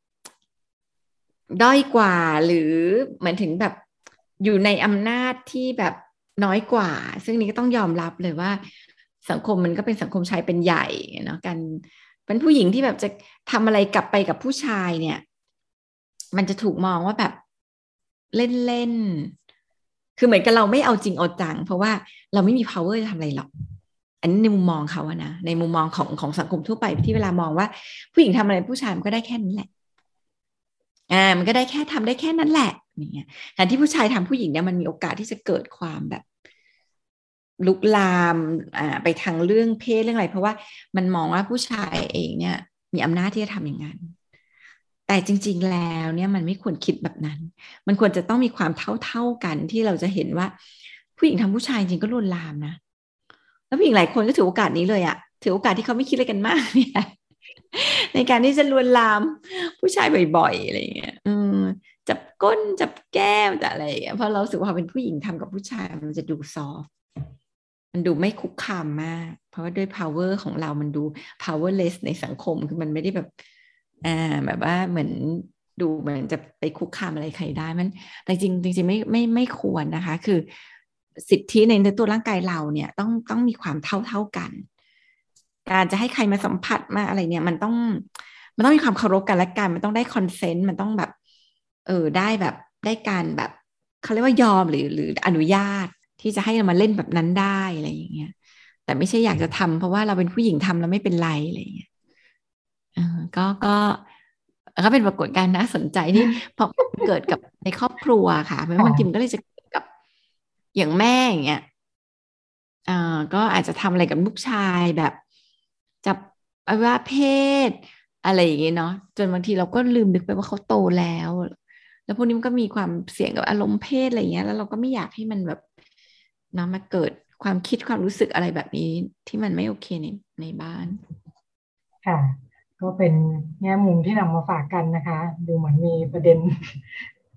E: ด้อยกว่าหรือเหมือนถึงแบบอยู่ในอำนาจที่แบบน้อยกว่าซึ่งนี้ก็ต้องยอมรับเลยว่าสังคมมันก็เป็นสังคมชายเป็นใหญ่เนาะกันเป็นผู้หญิงที่แบบจะทำอะไรกลับไปกับผู้ชายเนี่ยมันจะถูกมองว่าแบบเล่นๆคือเหมือนกับเราไม่เอาจริงเอาจังเพราะว่าเราไม่มี power จะทำอะไรหรอกอันนี้ในมุมมองเขาอะนะในมุมมองของของสังคมทั่วไปที่เวลามองว่าผู้หญิงทำอะไรผู้ชายมันก็ได้แค่นั้นแหละอ่ามันก็ได้แค่ทำได้แค่นั้นแหละอย่างเงี้ยแต่ที่ผู้ชายทำผู้หญิงเนี่ยมันมีโอกาสที่จะเกิดความแบบลุกลามอ่าไปทางเรื่องเพศเรื่องอะไรเพราะว่ามันมองว่าผู้ชายเองเนี่ยมีอำนาจที่จะทำอย่างนั้นแต่จริงๆแล้วเนี่ยมันไม่ควรคิดแบบนั้นมันควรจะต้องมีความเท่าๆกันที่เราจะเห็นว่าผู้หญิงทำผู้ชายจริงก็ลวนลามนะแล้วผู้หญิงหลายคนก็ถือโอกาสนี้เลยอะถือโอกาสที่เขาไม่คิดอะไรกันมากเนี่ยในการที่จะลวนลามผู้ชายบ่อยๆอะไรอย่างเงี้ยอืมจับก้นจับแก้มแต่อะไรอย่างเงี้ยเพราะเราสึกว่าเป็นผู้หญิงทำกับผู้ชายมันจะดูซอฟต์มันดูไม่คุกคามมากเพราะว่าด้วย power ของเรามันดู powerless ในสังคมคือมันไม่ได้แบบอ่าแบบว่าเหมือนดูเหมือนจะไปคุกคามอะไรใครได้มันแต่จริงจริงๆไม่ไม่ไม่ควรนะคะคือสิทธิในตัวร่างกายเราเนี่ยต้องต้องมีความเท่าเท่ากันการจะให้ใครมาสัมผัสมาอะไรเนี่ยมันต้องมันต้องมีความเคารพกันและกันมันต้องได้คอนเซนต์มันต้องแบบเออได้แบบได้การแบบเขาเรียกว่ายอมหรือหรืออนุญาตที่จะให้เรามาเล่นแบบนั้นได้อะไรอย่างเงี้ยแต่ไม่ใช่อยากจะทำเพราะว่าเราเป็นผู้หญิงทำแล้วไม่เป็นไรอะไรอย่างเงี้ยเออก็ก็ก็เป็นปรากฏการณ์น่าสนใจที่พอเกิดกับในครอบครัวค่ะเพราะบางทีมันก็เลยจะเกิดกับอย่างแม่อย่างเงี้ยอ่าก็อาจจะทำอะไรกับลูกชายแบบจับอวัยวะเพศอะไรอย่างเงี้ยเนาะจนบางทีเราก็ลืมนึกไปว่าเขาโตแล้วแล้วพวกนี้มันก็มีความเสี่ยงกับอารมณ์เพศอะไรเงี้ยแล้วเราก็ไม่อยากให้มันแบบเนาะมาเกิดความคิดความรู้สึกอะไรแบบนี้ที่มันไม่โอเคในในบ้าน
B: ค่ะก็เป็นแง่มุมที่นำมาฝากกันนะคะดูเหมือนมีประเด็น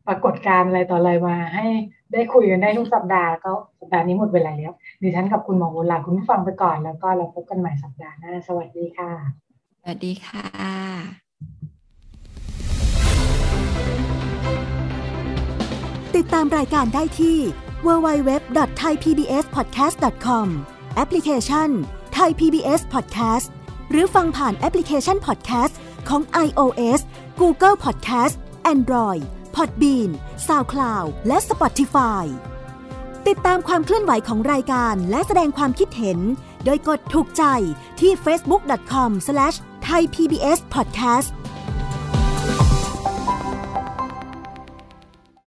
B: ปรากฏการณ์อะไรต่ออะไรมาให้ได้คุยกันได้ทุกสัปดาห์ก็สัปดาห์นี้หมดเวลาแล้วดิฉันกับคุณหมอโอลาคุณผู้ฟังไปก่อนแล้วก็เราพบกันใหม่สัปดาห์หน้าสวัสดีค่ะ
E: สวัสดีค่ะ
D: ติดตามรายการได้ที่ ดับเบิลยู ดับเบิลยู ดับเบิลยู ดอท ไทย พี บี เอส พอดแคสต์ ดอท คอม แอปพลิเคชัน Thai พี บี เอส Podcast หรือฟังผ่านแอปพลิเคชัน Podcast ของ iOS Google Podcast Android Podbean SoundCloud และ Spotify ติดตามความเคลื่อนไหวของรายการและแสดงความคิดเห็นโดยกดถูกใจที่ เฟซบุ๊ก ดอท คอม สแลช ไทย พี บี เอส พอดแคสต์